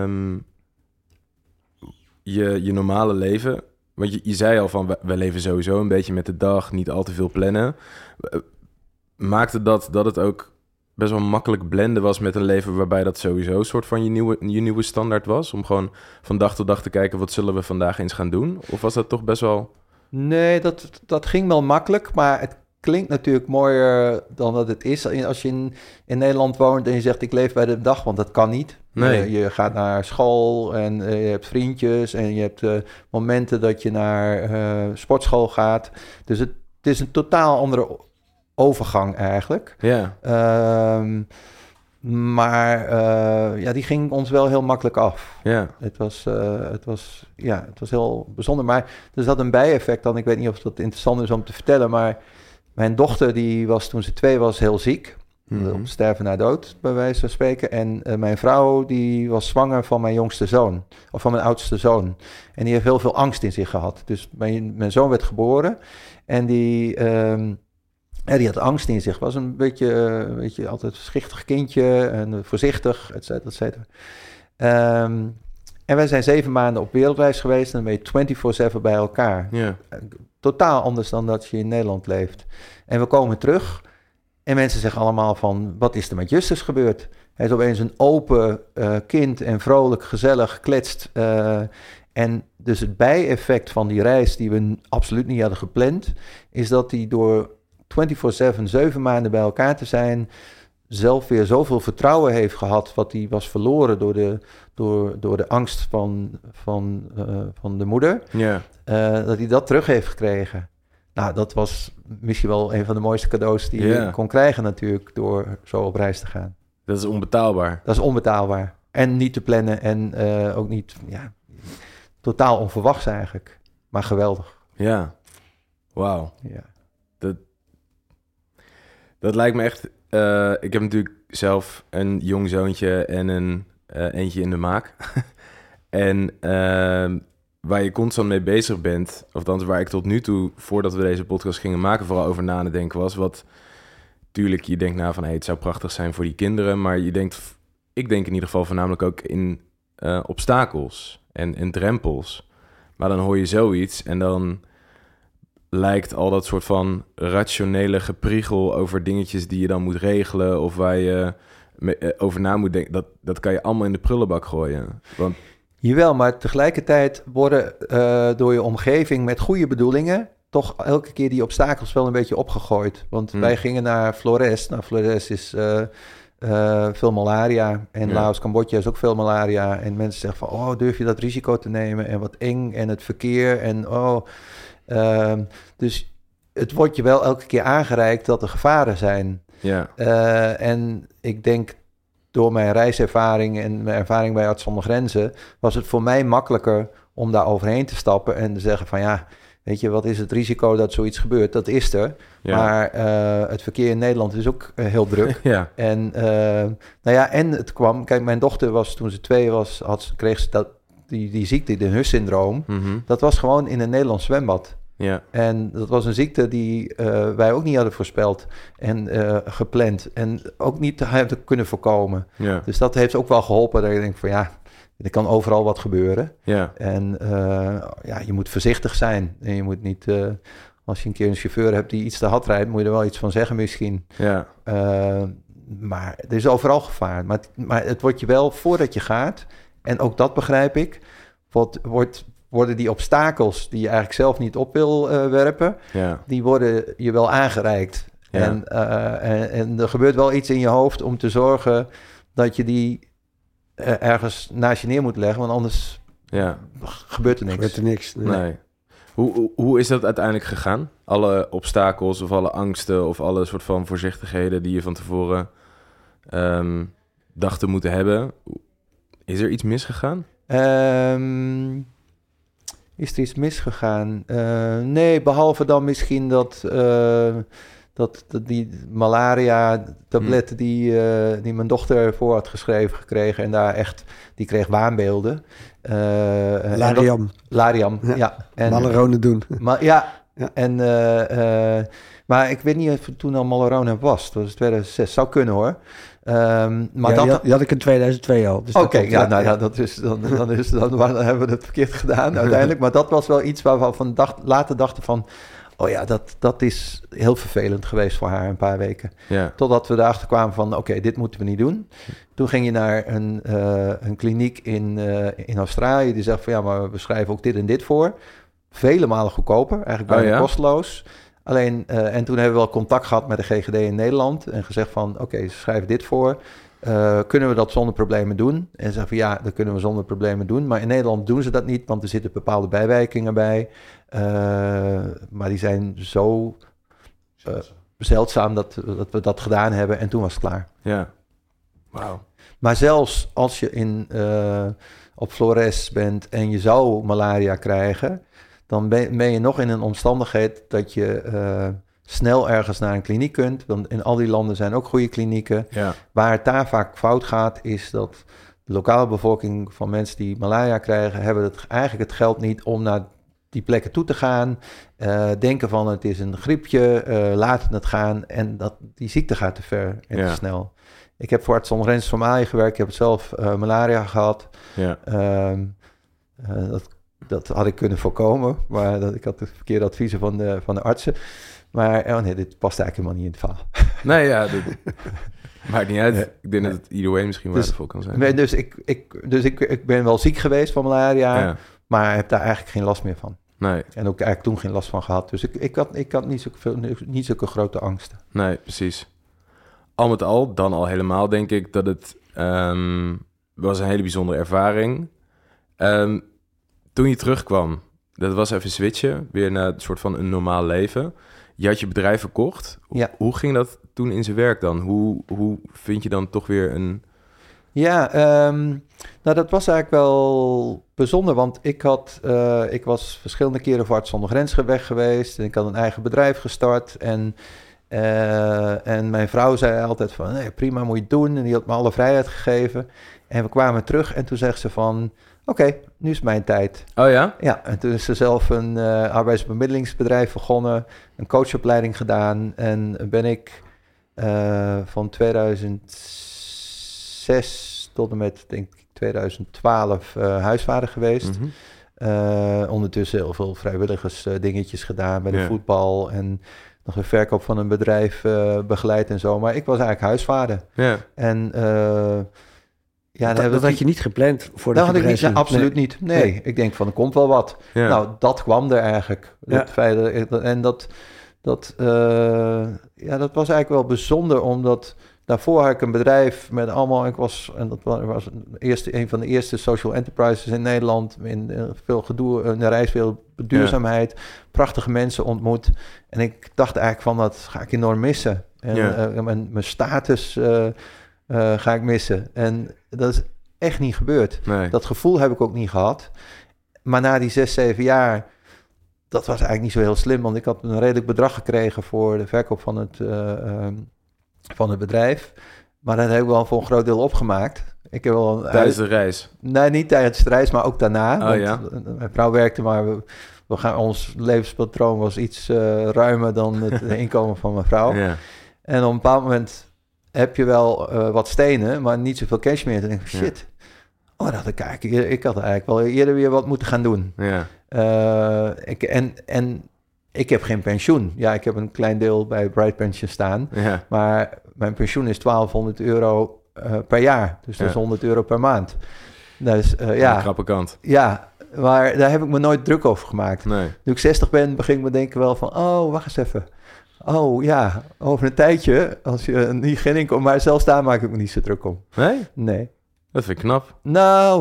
je normale leven? Want je zei al van, we leven sowieso een beetje met de dag, niet al te veel plannen. Maakte dat het ook best wel makkelijk blenden was met een leven waarbij dat sowieso een soort van je nieuwe standaard was? Om gewoon van dag tot dag te kijken, wat zullen we vandaag eens gaan doen? Of was dat toch best wel... Nee, dat ging wel makkelijk, maar het klinkt natuurlijk mooier dan dat het is. Als je in Nederland woont en je zegt, ik leef bij de dag, want dat kan niet. Nee. Je gaat naar school en je hebt vriendjes en je hebt momenten dat je naar sportschool gaat. Dus het is een totaal andere overgang eigenlijk. Ja. Maar die ging ons wel heel makkelijk af. Ja. Het was heel bijzonder. Maar er zat een bijeffect dan. Ik weet niet of dat interessant is om te vertellen. Maar mijn dochter, die was toen ze 2 was, heel ziek. Op sterven na dood, bij wijze van spreken. En mijn vrouw, die was zwanger van mijn jongste zoon. Of van mijn oudste zoon. En die heeft heel veel angst in zich gehad. Dus mijn zoon werd geboren. En die had angst in zich. Was een beetje altijd een schichtig kindje en voorzichtig, et cetera, et cetera. En wij zijn 7 maanden op wereldreis geweest en dan ben je 24/7 bij elkaar. Ja. Totaal anders dan dat je in Nederland leeft. En we komen terug en mensen zeggen allemaal van, wat is er met Justus gebeurd? Hij is opeens een open kind en vrolijk, gezellig, gekletst. En dus het bijeffect van die reis die we absoluut niet hadden gepland, is dat hij door 24/7, 7 maanden bij elkaar te zijn, zelf weer zoveel vertrouwen heeft gehad, wat hij was verloren door de angst van de moeder, dat hij dat terug heeft gekregen. Nou, dat was misschien wel een van de mooiste cadeaus die je kon krijgen natuurlijk, door zo op reis te gaan. Dat is onbetaalbaar. Dat is onbetaalbaar. En niet te plannen en ook niet, totaal onverwachts eigenlijk. Maar geweldig. Ja, wauw. Ja. Dat lijkt me echt... ik heb natuurlijk zelf een jong zoontje en eentje in de maak. En waar je constant mee bezig bent, of althans waar ik tot nu toe, voordat we deze podcast gingen maken, vooral over na te denken was, wat... Tuurlijk, je denkt van, het zou prachtig zijn voor die kinderen, maar ik denk in ieder geval voornamelijk ook in obstakels en drempels. Maar dan hoor je zoiets en dan lijkt al dat soort van rationele gepriegel over dingetjes die je dan moet regelen of waar je over na moet denken, dat kan je allemaal in de prullenbak gooien. Want... Jawel, maar tegelijkertijd worden door je omgeving met goede bedoelingen toch elke keer die obstakels wel een beetje opgegooid. Want wij gingen naar Flores. Nou, Flores is veel malaria. En Laos, Cambodja is ook veel malaria. En mensen zeggen van, durf je dat risico te nemen? En wat eng. En het verkeer. En dus het wordt je wel elke keer aangereikt dat er gevaren zijn. Ja. En ik denk, door mijn reiservaring en mijn ervaring bij Artsen zonder Grenzen, was het voor mij makkelijker om daar overheen te stappen en te zeggen van weet je, wat is het risico dat zoiets gebeurt? Dat is er. Ja. Maar het verkeer in Nederland is ook heel druk. Ja. En en het kwam... Kijk, mijn dochter was, toen ze 2 was, kreeg ze die ziekte, de HUS-syndroom. Mm-hmm. Dat was gewoon in een Nederlands zwembad. Ja. En dat was een ziekte die wij ook niet hadden voorspeld en gepland. En ook niet hadden kunnen voorkomen. Ja. Dus dat heeft ook wel geholpen. Dat je denkt van er kan overal wat gebeuren. Ja. En je moet voorzichtig zijn. En je moet niet, als je een keer een chauffeur hebt die iets te hard rijdt, moet je er wel iets van zeggen misschien. Ja. Maar er is overal gevaar. Maar het wordt je wel, voordat je gaat, en ook dat begrijp ik, worden die obstakels die je eigenlijk zelf niet op wil werpen, die worden je wel aangereikt. Ja. En er gebeurt wel iets in je hoofd om te zorgen dat je die ergens naast je neer moet leggen, want anders gebeurt er niks. Nee. Hoe is dat uiteindelijk gegaan? Alle obstakels of alle angsten of alle soort van voorzichtigheden die je van tevoren dacht te moeten hebben. Is er iets misgegaan? Is er iets misgegaan? Nee, behalve dan misschien dat die malaria-tabletten die mijn dochter voor had geschreven gekregen en die kreeg waanbeelden. Lariam. Ja. En Malarone doen. Maar ik weet niet of het toen al Malarone was. Dat was 2006. Zou kunnen hoor. Maar die had ik in 2002 al. Dus Oké, dan hebben we het verkeerd gedaan uiteindelijk. Maar dat was wel iets waar we later dachten van, dat is heel vervelend geweest voor haar een paar weken. Ja. Totdat we erachter kwamen van, dit moeten we niet doen. Toen ging je naar een kliniek in Australië. Die zegt van, maar we schrijven ook dit en dit voor. Vele malen goedkoper, eigenlijk bijna kosteloos. Alleen, en toen hebben we wel contact gehad met de GGD in Nederland en gezegd van, ze schrijven dit voor. Kunnen we dat zonder problemen doen? En zeggen van, dat kunnen we zonder problemen doen. Maar in Nederland doen ze dat niet, want er zitten bepaalde bijwerkingen bij. Maar die zijn zo zeldzaam dat we dat gedaan hebben en toen was het klaar. Ja, wauw. Maar zelfs als je op Flores bent en je zou malaria krijgen, dan ben je nog in een omstandigheid dat je snel ergens naar een kliniek kunt. Want in al die landen zijn ook goede klinieken. Ja. Waar het daar vaak fout gaat, is dat de lokale bevolking van mensen die malaria krijgen, hebben eigenlijk het geld niet om naar die plekken toe te gaan. Denken van het is een griepje, laten het gaan. En die ziekte gaat te ver en te snel. Ik heb voor Artsen zonder Grenzen Somalië gewerkt. Ik heb zelf malaria gehad. Ja. Dat had ik kunnen voorkomen, maar ik had de verkeerde adviezen van de artsen. Maar dit past eigenlijk helemaal niet in het verhaal. Nee, ja, maakt niet uit. Nee. Ik denk dat het either way misschien waardevol kan zijn. Nee, dus ik ben wel ziek geweest van malaria, maar heb daar eigenlijk geen last meer van. Nee. En ook eigenlijk toen geen last van gehad. Dus ik had niet zulke grote angsten. Nee, precies. Al met al, dan al helemaal denk ik dat het was een hele bijzondere ervaring. Toen je terugkwam, dat was even switchen, weer naar een soort van een normaal leven. Je had je bedrijf verkocht. Ja. Hoe ging dat toen in zijn werk dan? Hoe vind je dan toch weer een... Ja, dat was eigenlijk wel bijzonder, want ik was verschillende keren voor Artsen zonder Grenzen weg geweest. En ik had een eigen bedrijf gestart en mijn vrouw zei altijd van, nee, prima, moet je het doen. En die had me alle vrijheid gegeven. En we kwamen terug en toen zegt ze van, oké, nu is mijn tijd. Oh ja? Ja, en toen is ze zelf een arbeidsbemiddelingsbedrijf begonnen, een coachopleiding gedaan. En ben ik van 2006 tot en met, denk ik, 2012 huisvader geweest. Mm-hmm. Ondertussen heel veel vrijwilligers dingetjes gedaan bij de voetbal en nog een verkoop van een bedrijf begeleid en zo. Maar ik was eigenlijk huisvader. Ja. En dat had je niet gepland voor de bedrijf? Dat had ik niet, absoluut niet. Nee, ik denk van, er komt wel wat. Ja. Nou, dat kwam er eigenlijk. Dat feit, en dat was eigenlijk wel bijzonder, omdat daarvoor had ik een bedrijf met allemaal... dat was een van de eerste social enterprises in Nederland. In veel gedoe, in de reiswereld, duurzaamheid. Ja. Prachtige mensen ontmoet. En ik dacht eigenlijk van, dat ga ik enorm missen. En mijn status ga ik missen. En dat is echt niet gebeurd. Nee. Dat gevoel heb ik ook niet gehad. Maar na die 6-7 jaar... Dat was eigenlijk niet zo heel slim, want ik had een redelijk bedrag gekregen voor de verkoop van het bedrijf. Maar dat heb ik wel voor een groot deel opgemaakt. Ik heb wel tijdens de reis? Nee, niet tijdens de reis, maar ook daarna. Oh, ja? Mijn vrouw werkte, maar ons levenspatroon was iets ruimer dan het inkomen van mijn vrouw. Ja. En op een bepaald moment heb je wel wat stenen, maar niet zoveel cash meer. Toen denk ik, shit. Ja. Ik had eigenlijk wel eerder weer wat moeten gaan doen. Ja. Ik heb geen pensioen. Ja, ik heb een klein deel bij Bright Pension staan. Ja. Maar mijn pensioen is €1200 per jaar. Dus dat is €100 per maand. Dus, een krappe kant. Ja, maar daar heb ik me nooit druk over gemaakt. Nee. Nu ik 60 ben, begin ik me denken wel van... Oh, wacht eens even. Oh ja, over een tijdje, als je niet geen inkomen... Maar zelfs daar maak ik me niet zo druk om. Nee? Nee. Dat vind ik knap. Nou,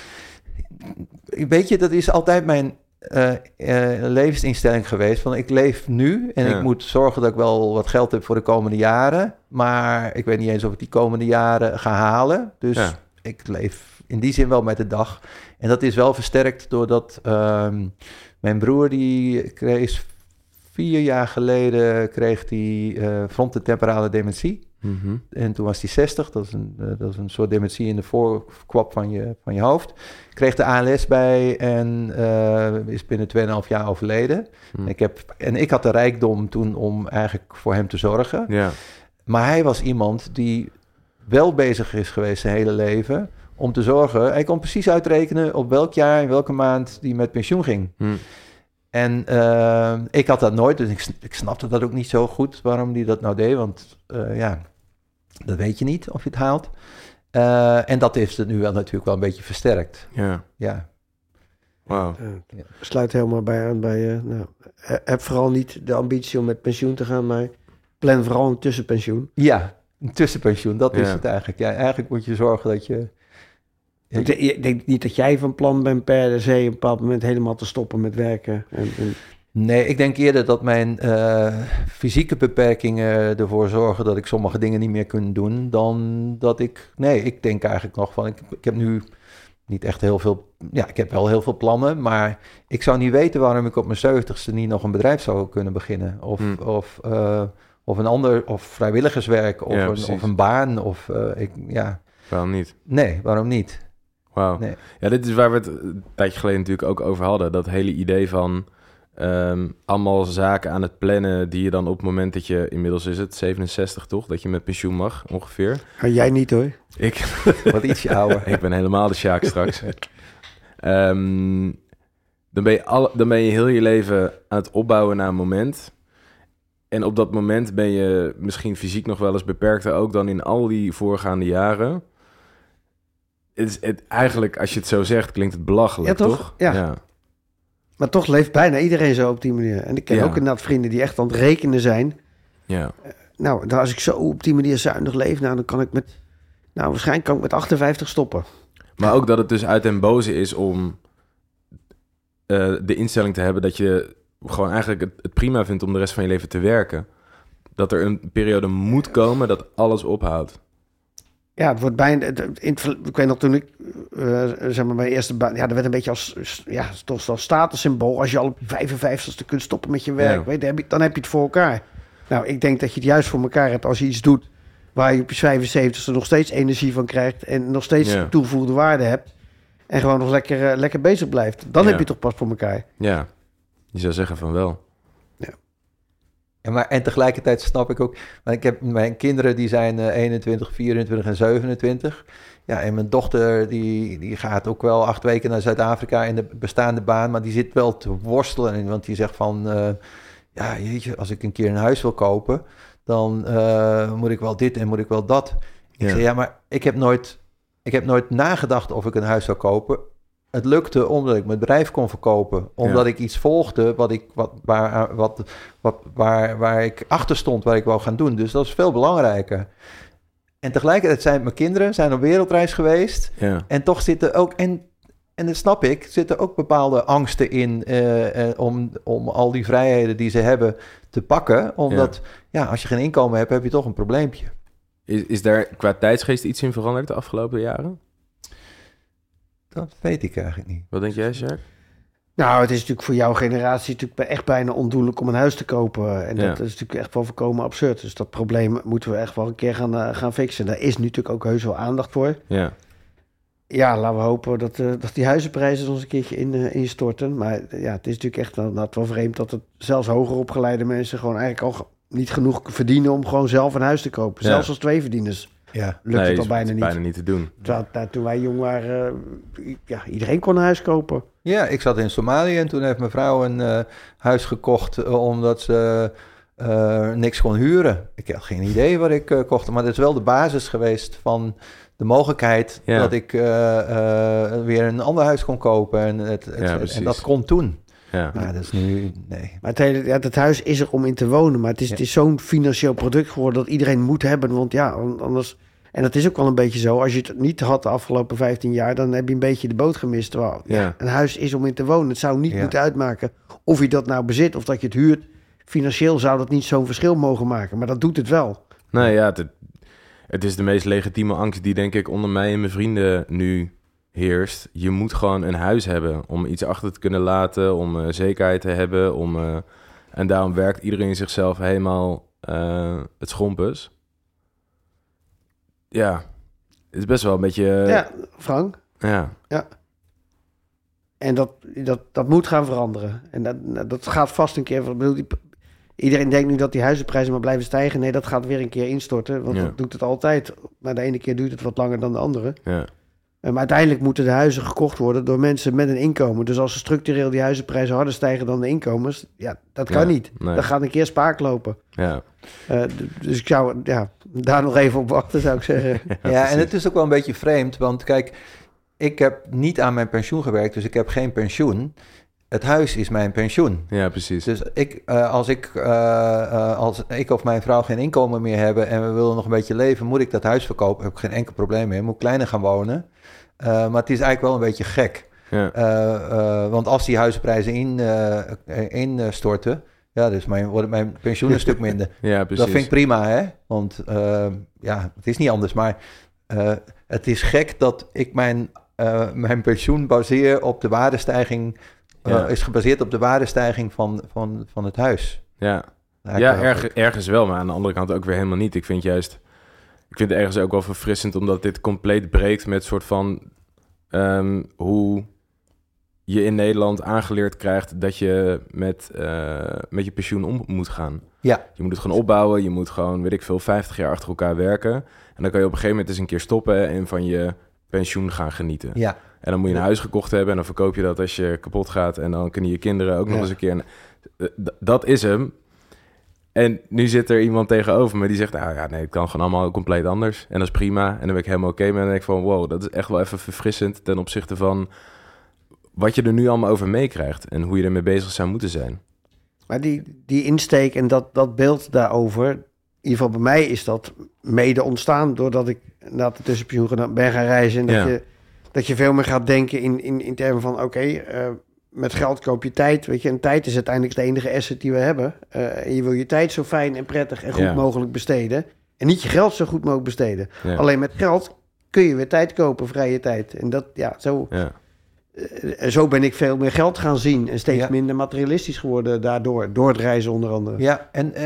weet je, dat is altijd mijn levensinstelling geweest. Van ik leef nu en ik moet zorgen dat ik wel wat geld heb voor de komende jaren. Maar ik weet niet eens of ik die komende jaren ga halen. Dus ik leef in die zin wel met de dag. En dat is wel versterkt doordat mijn broer die kreeg 4 jaar geleden frontotemporale dementie. Mm-hmm. En toen was hij 60. Dat is een soort dementie in de voorkwap van je hoofd. Kreeg de ALS bij en is binnen 2,5 jaar overleden. Mm. Ik had de rijkdom toen om eigenlijk voor hem te zorgen. Yeah. Maar hij was iemand die wel bezig is geweest zijn hele leven om te zorgen. Hij kon precies uitrekenen op welk jaar en welke maand die met pensioen ging. Mm. En ik had dat nooit, dus ik snapte dat ook niet zo goed waarom hij dat nou deed. Want dat weet je niet of je het haalt. En dat heeft het nu wel natuurlijk wel een beetje versterkt. Ja. Wow. Sluit helemaal bij aan bij heb vooral niet de ambitie om met pensioen te gaan, maar plan vooral een tussenpensioen. Ja, een tussenpensioen, dat is het eigenlijk. Ja, eigenlijk moet je zorgen dat je... Ik denk niet dat jij van plan bent per se op een bepaald moment helemaal te stoppen met werken. Nee, ik denk eerder dat mijn fysieke beperkingen ervoor zorgen dat ik sommige dingen niet meer kan doen, dan dat ik... Nee, ik denk eigenlijk nog van, ik heb nu niet echt heel veel... Ja, ik heb wel heel veel plannen, maar ik zou niet weten waarom ik op mijn 70ste niet nog een bedrijf zou kunnen beginnen. Of een ander, of vrijwilligerswerk, of een baan, Waarom niet? Nee, waarom niet? Wauw. Nee. Ja, dit is waar we het een tijdje geleden natuurlijk ook over hadden. Dat hele idee van allemaal zaken aan het plannen die je dan op het moment dat je, inmiddels is het 67 toch, dat je met pensioen mag ongeveer. Jij niet hoor. Wat ietsje ouder. Ik ben helemaal de Sjaak straks. Dan ben je heel je leven aan het opbouwen naar een moment. En op dat moment ben je misschien fysiek nog wel eens beperkter ook dan in al die voorgaande jaren. Eigenlijk, als je het zo zegt, klinkt het belachelijk, Ja, toch? toch? Ja. Maar toch leeft bijna iedereen zo op die manier. En ik ken ook inderdaad vrienden die echt aan het rekenen zijn. Ja. Nou, als ik zo op die manier zuinig leef, nou, dan kan ik waarschijnlijk kan ik met 58 stoppen. Maar ook dat het dus uit den boze is om de instelling te hebben dat je gewoon eigenlijk het prima vindt om de rest van je leven te werken. Dat er een periode moet komen dat alles ophoudt. Ja, het wordt bijna... Ik weet nog toen ik, zeg maar, mijn eerste baan... Ja, dat werd een beetje toch als statussymbool. Als je al op 55ste kunt stoppen met je werk, dan heb je het voor elkaar. Nou, ik denk dat je het juist voor elkaar hebt als je iets doet waar je op je 75ste nog steeds energie van krijgt en nog steeds toegevoegde waarde hebt en gewoon nog lekker bezig blijft. Dan heb je het toch pas voor elkaar. Ja, je zou zeggen van wel. Ja, en tegelijkertijd snap ik ook... Want ik heb mijn kinderen, die zijn 21, 24 en 27. Ja, en mijn dochter, die gaat ook wel 8 weken naar Zuid-Afrika in de bestaande baan. Maar die zit wel te worstelen. Want die zegt van... jeetje, als ik een keer een huis wil kopen... dan moet ik wel dit en moet ik wel dat. Ik zeg, ja, maar ik heb nooit nagedacht of ik een huis zou kopen. Het lukte omdat ik mijn bedrijf kon verkopen. Omdat ik iets volgde waar ik achter stond, waar ik wou gaan doen. Dus dat is veel belangrijker. En tegelijkertijd zijn mijn kinderen op wereldreis geweest. Ja. En toch zitten ook... En dat snap ik, zitten ook bepaalde angsten in om al die vrijheden die ze hebben te pakken. Omdat, als je geen inkomen hebt, heb je toch een probleempje. Is daar qua tijdsgeest iets in veranderd de afgelopen jaren? Dat weet ik eigenlijk niet. Wat denk jij, Sjaak? Nou, het is natuurlijk voor jouw generatie natuurlijk echt bijna ondoenlijk om een huis te kopen. En dat is natuurlijk echt wel volkomen absurd. Dus dat probleem moeten we echt wel een keer gaan fixen. Daar is natuurlijk ook heus wel aandacht voor. Ja. Ja, laten we hopen dat die huizenprijzen ons een keertje instorten. Maar het is natuurlijk echt wel vreemd dat het zelfs hoger opgeleide mensen gewoon eigenlijk al niet genoeg verdienen om gewoon zelf een huis te kopen. Zelfs als tweeverdieners. Ja. Lukt het al bijna niet. Bijna niet te doen. Toen wij jong waren, iedereen kon een huis kopen. Ja, ik zat in Somalië en toen heeft mijn vrouw een huis gekocht omdat ze niks kon huren. Ik had geen idee wat ik kocht, maar dat is wel de basis geweest van de mogelijkheid dat ik weer een ander huis kon kopen. En dat kon toen. Ja. Maar dat is nu, nee. Maar het huis is er om in te wonen. Maar het is zo'n financieel product geworden dat iedereen moet hebben. Want anders... En dat is ook wel een beetje zo. Als je het niet had de afgelopen 15 jaar, dan heb je een beetje de boot gemist. Terwijl, een huis is om in te wonen. Het zou niet moeten uitmaken of je dat nou bezit of dat je het huurt. Financieel zou dat niet zo'n verschil mogen maken. Maar dat doet het wel. Nee, het is de meest legitieme angst die denk ik onder mij en mijn vrienden nu heerst. Je moet gewoon een huis hebben om iets achter te kunnen laten, om zekerheid te hebben. En daarom werkt iedereen zichzelf helemaal het schompers. Ja, het is best wel een beetje... Ja, Frank. Ja. En dat moet gaan veranderen. En dat gaat vast een keer... Iedereen denkt nu dat die huizenprijzen maar blijven stijgen. Nee, dat gaat weer een keer instorten. Want dat doet het altijd. Maar de ene keer duurt het wat langer dan de andere. Ja. Maar uiteindelijk moeten de huizen gekocht worden door mensen met een inkomen. Dus als structureel die huizenprijzen harder stijgen dan de inkomens... Ja, dat kan niet. Nee. Dan gaat een keer spaak lopen. Ja. Dus ik zou daar nog even op wachten, zou ik zeggen. Ja, en het is ook wel een beetje vreemd. Want kijk, ik heb niet aan mijn pensioen gewerkt. Dus ik heb geen pensioen. Het huis is mijn pensioen. Ja, precies. Dus als ik of mijn vrouw geen inkomen meer hebben en we willen nog een beetje leven, moet ik dat huis verkopen. Heb ik geen enkel probleem mee. Moet ik kleiner gaan wonen. Maar het is eigenlijk wel een beetje gek. Ja. Want als die huizenprijzen instorten, dus wordt mijn pensioen een stuk minder. Ja, precies. Dat vind ik prima, hè? Want het is niet anders. Maar het is gek dat ik mijn pensioen baseer op de waardestijging. Is gebaseerd op de waardestijging van het huis. Ja, ergens wel, maar aan de andere kant ook weer helemaal niet. Ik vind het ergens ook wel verfrissend, omdat dit compleet breekt met soort van hoe je in Nederland aangeleerd krijgt dat je met je pensioen om moet gaan. Ja. Je moet het gewoon opbouwen, je moet gewoon, 50 jaar achter elkaar werken. En dan kan je op een gegeven moment eens een keer stoppen en van je pensioen gaan genieten. Ja. En dan moet je een huis gekocht hebben en dan verkoop je dat als je kapot gaat. En dan kunnen je kinderen ook nog eens een keer... Dat is hem. En nu zit er iemand tegenover me die zegt... het kan gewoon allemaal compleet anders. En dat is prima. En dan ben ik helemaal oké mee. En dan denk ik van, wow, dat is echt wel even verfrissend... ten opzichte van wat je er nu allemaal over meekrijgt... en hoe je ermee bezig zou moeten zijn. Maar die insteek en dat beeld daarover... in ieder geval bij mij is dat mede ontstaan... doordat ik na de tussenpensioen ben gaan reizen... en dat je veel meer gaat denken in termen van... met geld koop je tijd, weet je. En tijd is uiteindelijk de enige asset die we hebben. En je wil je tijd zo fijn en prettig en goed mogelijk besteden. En niet je geld zo goed mogelijk besteden. Ja. Alleen met geld kun je weer tijd kopen, vrije tijd. En dat, zo ben ik veel meer geld gaan zien. En steeds minder materialistisch geworden daardoor. Door het reizen onder andere. Ja,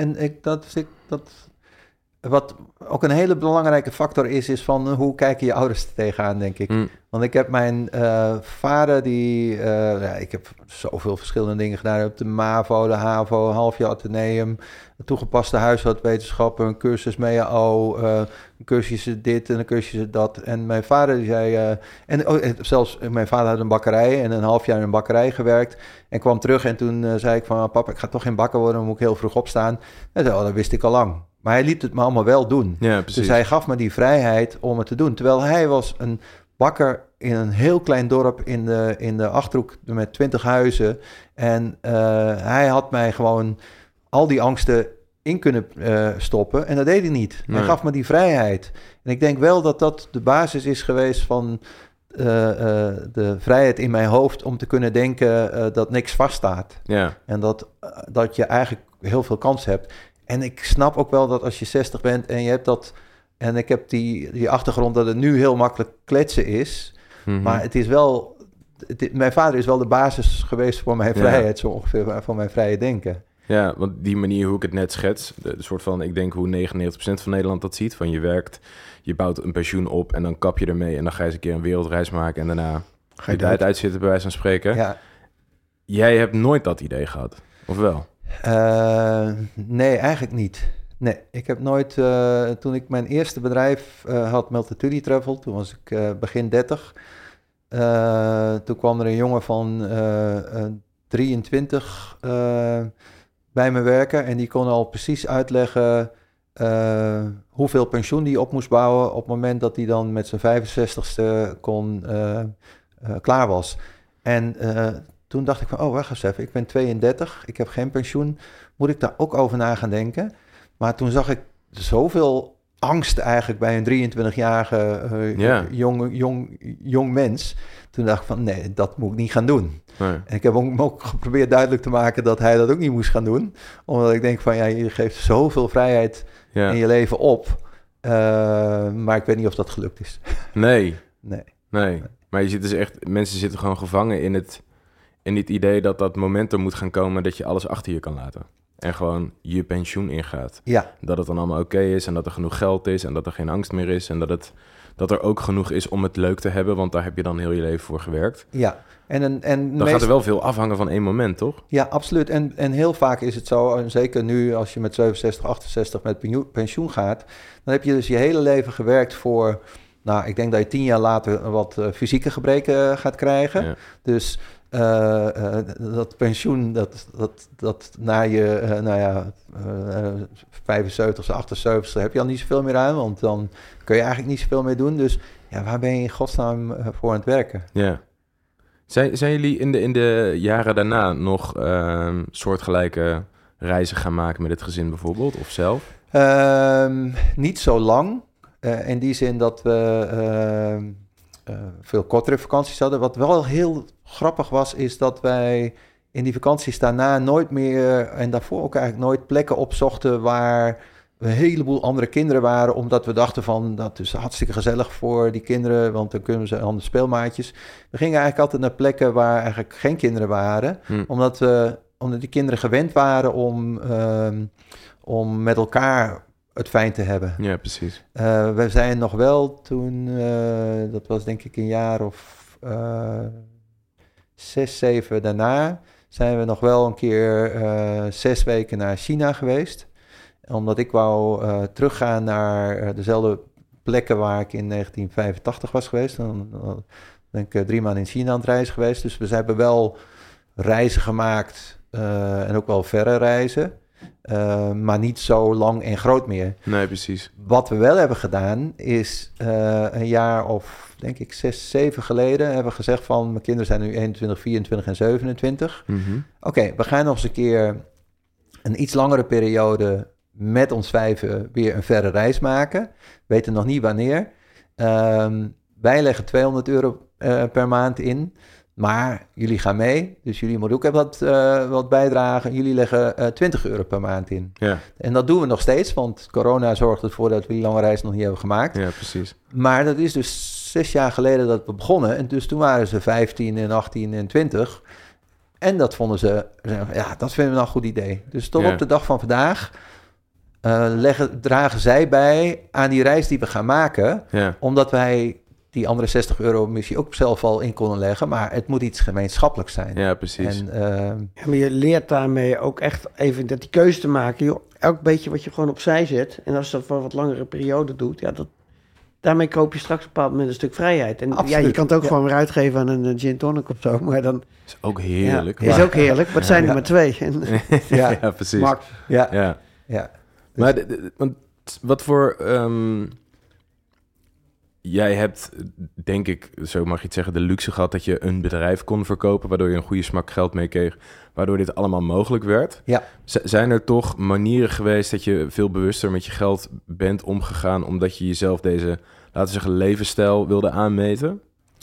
wat ook een hele belangrijke factor is van hoe kijken je ouders er tegenaan, denk ik. Want ik heb mijn vader ik heb zoveel verschillende dingen gedaan. Op de MAVO, de HAVO, een half jaar ateneum, toegepaste huishoudwetenschappen, een cursus MEAO, een cursusje dit en een cursusje dat. En mijn vader die zei, zelfs mijn vader had een bakkerij en een half jaar in een bakkerij gewerkt. En kwam terug en toen zei ik van, papa, ik ga toch geen bakker worden, dan moet ik heel vroeg opstaan. En zei, dat wist ik al lang. Maar hij liet het me allemaal wel doen. Ja, dus hij gaf me die vrijheid om het te doen. Terwijl hij was een bakker in een heel klein dorp in de Achterhoek met 20 huizen. En hij had mij gewoon al die angsten in kunnen stoppen. En dat deed hij niet. Nee. Hij gaf me die vrijheid. En ik denk wel dat dat de basis is geweest van de vrijheid in mijn hoofd... om te kunnen denken dat niks vaststaat. Ja. En dat je eigenlijk heel veel kans hebt... En ik snap ook wel dat als je 60 bent en je hebt dat... En ik heb die achtergrond dat het nu heel makkelijk kletsen is. Mm-hmm. Maar het is wel... mijn vader is wel de basis geweest voor mijn vrijheid, zo ongeveer, voor mijn vrije denken. Ja, want die manier hoe ik het net schets... de soort van, ik denk hoe 99% van Nederland dat ziet. Van je werkt, je bouwt een pensioen op en dan kap je ermee... en dan ga je eens een keer een wereldreis maken... en daarna ga je tijd uitzitten, bij wijze van spreken. Ja. Jij hebt nooit dat idee gehad, of wel? Nee, eigenlijk niet. Nee, ik heb nooit... toen ik mijn eerste bedrijf had, Multatuli Travel... toen was ik begin 30... toen kwam er een jongen van 23 bij me werken... en die kon al precies uitleggen... hoeveel pensioen die op moest bouwen... op het moment dat hij dan met zijn 65ste klaar was. En... toen dacht ik van, wacht eens even, ik ben 32, ik heb geen pensioen. Moet ik daar ook over na gaan denken? Maar toen zag ik zoveel angst eigenlijk bij een 23-jarige jong mens. Toen dacht ik van, nee, dat moet ik niet gaan doen. Nee. En ik heb hem ook geprobeerd duidelijk te maken dat hij dat ook niet moest gaan doen. Omdat ik denk van, je geeft zoveel vrijheid in je leven op. Maar ik weet niet of dat gelukt is. Nee. Maar je zit dus echt, mensen zitten gewoon gevangen in het idee dat moment er moet gaan komen dat je alles achter je kan laten. En gewoon je pensioen ingaat. Ja. Dat het dan allemaal oké is en dat er genoeg geld is en dat er geen angst meer is. En dat er ook genoeg is om het leuk te hebben, want daar heb je dan heel je leven voor gewerkt. Ja. Dan gaat er wel veel afhangen van één moment, toch? Ja, absoluut. En heel vaak is het zo, en zeker nu als je met 67, 68 met pensioen gaat, dan heb je dus je hele leven gewerkt voor... Nou, ik denk dat je 10 jaar later wat fysieke gebreken gaat krijgen. Ja. Dus... dat pensioen, dat na je 75, 78 heb je al niet zoveel meer aan, want dan kun je eigenlijk niet zoveel meer doen. Dus waar ben je in godsnaam voor aan het werken? Ja. Zijn jullie in de jaren daarna nog soortgelijke reizen gaan maken met het gezin bijvoorbeeld, of zelf? Niet zo lang. In die zin dat we... veel kortere vakanties hadden. Wat wel heel grappig was, is dat wij in die vakanties daarna nooit meer... en daarvoor ook eigenlijk nooit plekken opzochten... waar een heleboel andere kinderen waren... omdat we dachten van, dat is hartstikke gezellig voor die kinderen... want dan kunnen ze aan de speelmaatjes. We gingen eigenlijk altijd naar plekken waar eigenlijk geen kinderen waren... omdat die kinderen gewend waren om met elkaar... het fijn te hebben. Ja, precies. We zijn nog wel toen, dat was denk ik een jaar of 6, 7 daarna, zijn we nog wel een keer 6 weken naar China geweest. Omdat ik wou teruggaan naar dezelfde plekken waar ik in 1985 was geweest. Dan ben ik 3 maanden in China aan het reizen geweest. Dus we hebben wel reizen gemaakt en ook wel verre reizen. Maar niet zo lang en groot meer. Nee, precies. Wat we wel hebben gedaan is een jaar of denk ik 6, 7 geleden hebben we gezegd van mijn kinderen zijn nu 21, 24 en 27. Mm-hmm. Oké, we gaan nog eens een keer een iets langere periode met ons 5 weer een verre reis maken. Weten nog niet wanneer. Wij leggen €200 per maand in. Maar jullie gaan mee, dus jullie moeten ook even wat bijdragen. Jullie leggen €20 per maand in. Ja. En dat doen we nog steeds, want corona zorgt ervoor dat we die lange reis nog niet hebben gemaakt. Ja, precies. Maar dat is dus 6 jaar geleden dat we begonnen. En dus toen waren ze 15 en 18 en 20. En dat vonden ze, ja, dat vinden we nou een goed idee. Dus tot op de dag van vandaag dragen zij bij aan die reis die we gaan maken. Ja. Omdat wij die andere €60 misschien ook zelf al in konden leggen. Maar het moet iets gemeenschappelijks zijn. Ja, precies. En, Ja, maar je leert daarmee ook echt even dat die keuze te maken. Joh, elk beetje wat je gewoon opzij zet. En als je dat voor een wat langere periode doet, ja, daarmee koop je straks op een bepaald moment een stuk vrijheid. En ja, je kan het ook gewoon weer uitgeven aan een gin tonic of zo. Maar dan Is ook heerlijk. Ja, is ook heerlijk, maar het zijn er maar 2. En, Ja, precies. Max. ja. Maar want wat voor... jij hebt, denk ik, zo mag je het zeggen, de luxe gehad dat je een bedrijf kon verkopen, waardoor je een goede smak geld meekreeg, waardoor dit allemaal mogelijk werd. Ja. Zijn er toch manieren geweest dat je veel bewuster met je geld bent omgegaan, omdat je jezelf deze, laten we zeggen, levensstijl wilde aanmeten?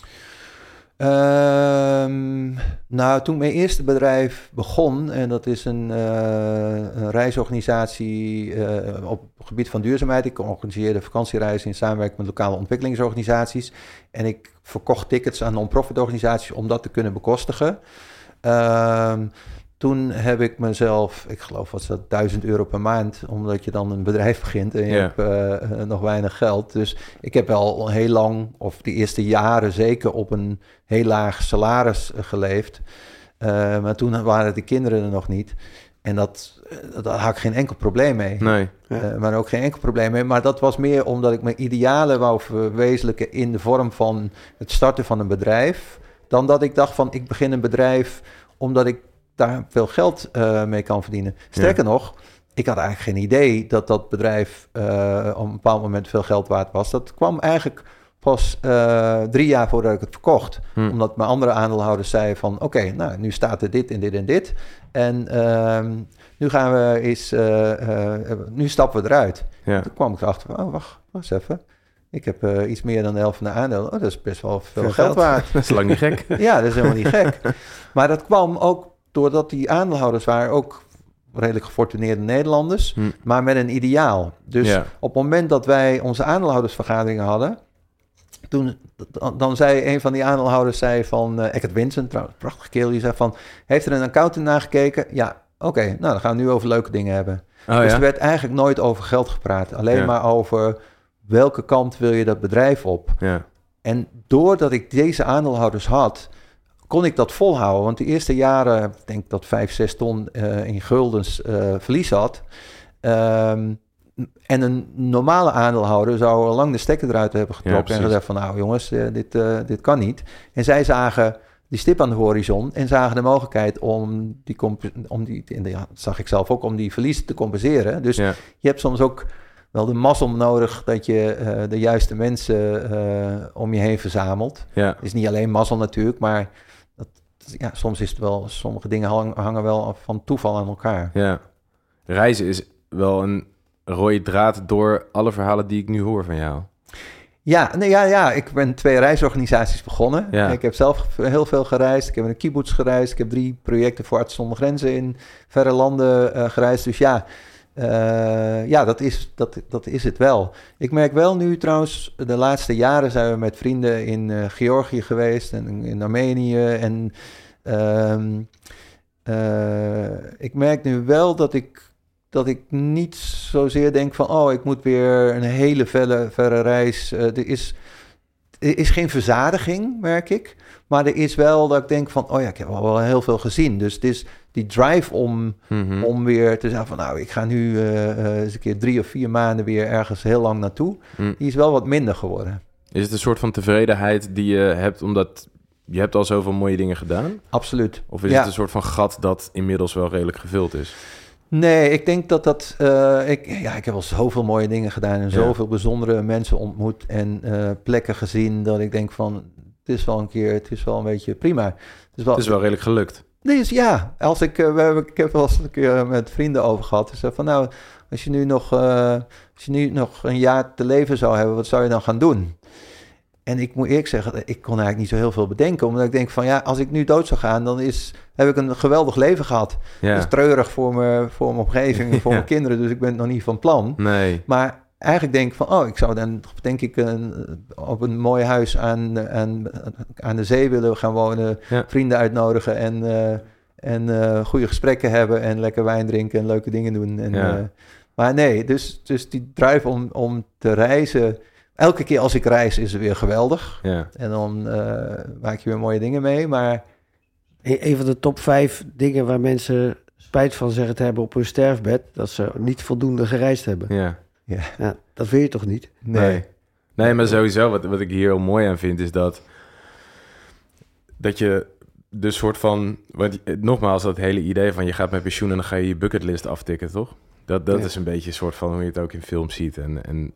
Nou, toen mijn eerste bedrijf begon, en dat is een reisorganisatie op het gebied van duurzaamheid. Ik organiseerde vakantiereizen in samenwerking met lokale ontwikkelingsorganisaties. En ik verkocht tickets aan non-profit organisaties om dat te kunnen bekostigen. Toen heb ik mezelf, ik geloof wat is dat, €1000 per maand, omdat je dan een bedrijf begint en je hebt nog weinig geld. Dus ik heb wel heel lang, of de eerste jaren zeker, op een heel laag salaris geleefd. Maar toen waren de kinderen er nog niet. En daar had ik geen enkel probleem mee. Nee. Maar ook geen enkel probleem mee. Maar dat was meer omdat ik mijn idealen wou verwezenlijken in de vorm van het starten van een bedrijf. Dan dat ik dacht van, ik begin een bedrijf omdat ik daar veel geld mee kan verdienen. Sterker nog, ik had eigenlijk geen idee dat dat bedrijf op een bepaald moment veel geld waard was. Dat kwam eigenlijk pas 3 jaar voordat ik het verkocht. Omdat mijn andere aandeelhouders zeiden van, oké, nou, nu staat er dit en dit en dit. En nu gaan we eens, nu stappen we eruit. Ja. Toen kwam ik erachter van, wacht eens even. Ik heb iets meer dan de helft van de aandelen. Oh, dat is best wel veel geld waard. Dat is lang niet gek. Ja, dat is helemaal niet gek. Maar dat kwam ook doordat die aandeelhouders waren ook redelijk gefortuneerde Nederlanders, maar met een ideaal. Dus op het moment dat wij onze aandeelhoudersvergaderingen hadden, dan zei een van die aandeelhouders van Eckert Winsen, trouwens, prachtige kerel, die zei van, heeft er een accountant naar gekeken? Ja, oké, nou dan gaan we nu over leuke dingen hebben. Dus er werd eigenlijk nooit over geld gepraat, alleen maar over welke kant wil je dat bedrijf op. Ja. En doordat ik deze aandeelhouders had, kon ik dat volhouden. Want de eerste jaren, ik denk dat 5-6 ton in guldens verlies had. En een normale aandeelhouder zou al lang de stekker eruit hebben getrokken en gezegd van, nou jongens, dit kan niet. En zij zagen die stip aan de horizon en zagen de mogelijkheid om zag ik zelf ook, om die verliezen te compenseren. Dus je hebt soms ook wel de mazzel nodig dat je de juiste mensen om je heen verzamelt. Ja. Het is niet alleen mazzel natuurlijk, maar soms is het wel, sommige dingen hangen wel van toeval aan elkaar. Ja, reizen is wel een rode draad door alle verhalen die ik nu hoor van jou. Ja, ik ben 2 reisorganisaties begonnen. Ja. Ik heb zelf heel veel gereisd. Ik heb in een kibbutz gereisd. Ik heb 3 projecten voor Artsen zonder Grenzen in verre landen gereisd. Dus dat is het wel. Ik merk wel nu trouwens, de laatste jaren zijn we met vrienden in Georgië geweest en in Armenië. En ik merk nu wel dat ik niet zozeer denk van, ik moet weer een hele verre reis. er is geen verzadiging, merk ik. Maar er is wel dat ik denk van, oh ja, ik heb al wel heel veel gezien. Dus het is die drive om weer te zeggen van, nou, ik ga nu eens een keer 3 of 4 maanden weer ergens heel lang naartoe. Die is wel wat minder geworden. Is het een soort van tevredenheid die je hebt omdat je hebt al zoveel mooie dingen gedaan? Absoluut. Of is het een soort van gat dat inmiddels wel redelijk gevuld is? Nee, ik denk dat ik heb al zoveel mooie dingen gedaan en zoveel bijzondere mensen ontmoet en plekken gezien dat ik denk van, het is wel een beetje prima. Het is wel redelijk gelukt. Dus ja, ik heb wel eens een keer met vrienden over gehad. Ze zeiden van, nou, als je nu nog een jaar te leven zou hebben, wat zou je dan gaan doen? En ik moet eerlijk zeggen, ik kon eigenlijk niet zo heel veel bedenken. Omdat ik denk van, ja, als ik nu dood zou gaan, dan heb ik een geweldig leven gehad. Ja. Dat is treurig voor mijn omgeving en voor mijn kinderen. Dus ik ben het nog niet van plan. Nee. Maar eigenlijk denk ik van, ik zou dan, denk ik, op een mooi huis aan de zee willen gaan wonen. Ja. Vrienden uitnodigen en goede gesprekken hebben en lekker wijn drinken en leuke dingen doen. En, maar nee, dus die drive om te reizen. Elke keer als ik reis is het weer geweldig. Ja. En dan maak je weer mooie dingen mee. Maar een van de top 5 dingen waar mensen spijt van zeggen te hebben op hun sterfbed, dat ze niet voldoende gereisd hebben. Ja, dat wil je toch niet? Nee, maar sowieso wat ik hier heel mooi aan vind is dat je de soort van, nogmaals, dat hele idee van je gaat met pensioen en dan ga je bucketlist aftikken, toch? Dat is een beetje een soort van hoe je het ook in films ziet. En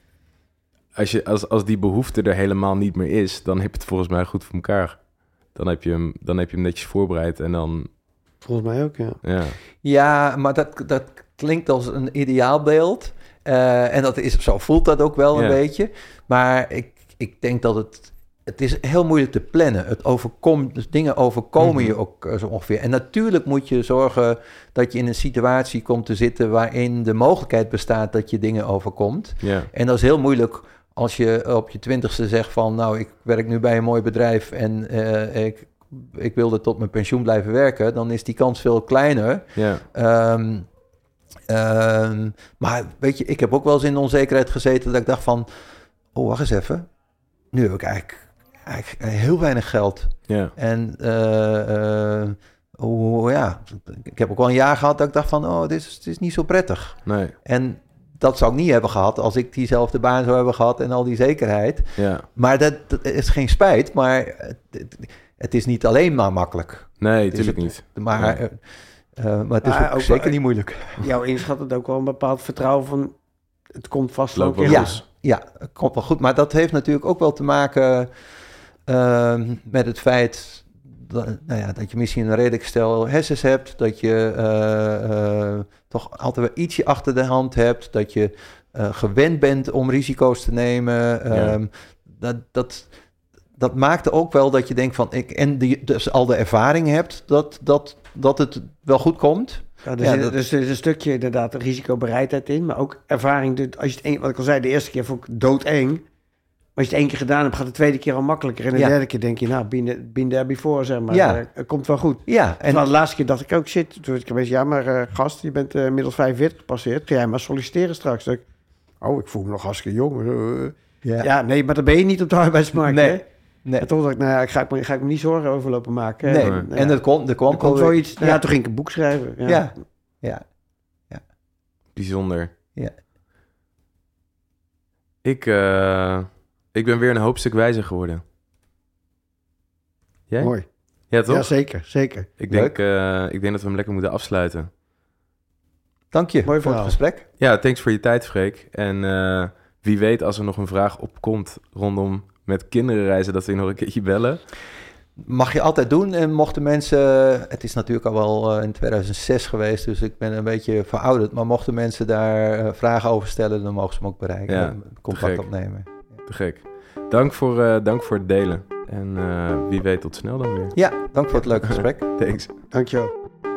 als die behoefte er helemaal niet meer is, dan heb je het volgens mij goed voor elkaar. Dan heb je hem netjes voorbereid en dan... Volgens mij ook, ja. Ja, maar dat klinkt als een ideaalbeeld. En zo voelt dat ook wel een beetje. Maar ik denk dat het is heel moeilijk te plannen. Dus dingen overkomen je ook zo ongeveer. En natuurlijk moet je zorgen dat je in een situatie komt te zitten waarin de mogelijkheid bestaat dat je dingen overkomt. Ja. En dat is heel moeilijk als je op je 20ste zegt van, nou, ik werk nu bij een mooi bedrijf en ik wilde tot mijn pensioen blijven werken, dan is die kans veel kleiner. Ja. Maar weet je, ik heb ook wel eens in onzekerheid gezeten dat ik dacht van, wacht eens even, nu heb ik eigenlijk heel weinig geld. Ja. En ik heb ook wel een jaar gehad dat ik dacht van, dit is niet zo prettig. Nee. En dat zou ik niet hebben gehad als ik diezelfde baan zou hebben gehad en al die zekerheid. Ja. Maar dat is geen spijt, maar het is niet alleen maar makkelijk. Nee, natuurlijk niet. Maar het is ook zeker niet moeilijk. Jouw inschat het ook wel een bepaald vertrouwen van, het komt vast wel Ja, het komt wel goed. Maar dat heeft natuurlijk ook wel te maken met het feit dat je misschien een redelijk stel hersens hebt, dat je toch altijd wel ietsje achter de hand hebt, dat je gewend bent om risico's te nemen. Dat maakte ook wel dat je denkt van, dus al de ervaring hebt dat het wel goed komt. Ja, dus er is een stukje inderdaad risicobereidheid in, maar ook ervaring. Als je het wat ik al zei, de eerste keer vond ik doodeng. Maar als je het 1 keer gedaan hebt, gaat het 2e keer al makkelijker. En de 3e keer denk je, nou, been there before, zeg maar. Ja. Het komt wel goed. Ja. En de laatste keer dacht ik ook, shit. Toen ik geweest, maar gast, je bent inmiddels 45 gepasseerd. Ga jij maar solliciteren straks. Ik voel me nog hartstikke jong. Ja, nee, maar dan ben je niet op de arbeidsmarkt, hè? Nee. En toen dacht ik, nou ja, ga ik me niet zorgen over lopen maken. Nee, en er kwam zoiets. Ja, toen ging ik een boek schrijven. Ja. Bijzonder. Ja. Ik ben weer een hoop stuk wijzer geworden. Jij? Mooi. Ja, toch? Ja, zeker. Ik denk dat we hem lekker moeten afsluiten. Dank je voor het gesprek. Ja, thanks voor je tijd, Freek. En wie weet, als er nog een vraag opkomt rondom met kinderen reizen, dat we je nog een keertje bellen. Mag je altijd doen. En mochten mensen, het is natuurlijk al wel in 2006 geweest, dus ik ben een beetje verouderd. Maar mochten mensen daar vragen over stellen, dan mogen ze me ook bereiken. Ja, contact opnemen. Te gek. Dank voor het delen. En wie weet tot snel dan weer. Ja, dank voor het leuke gesprek. Thanks. Dankjewel.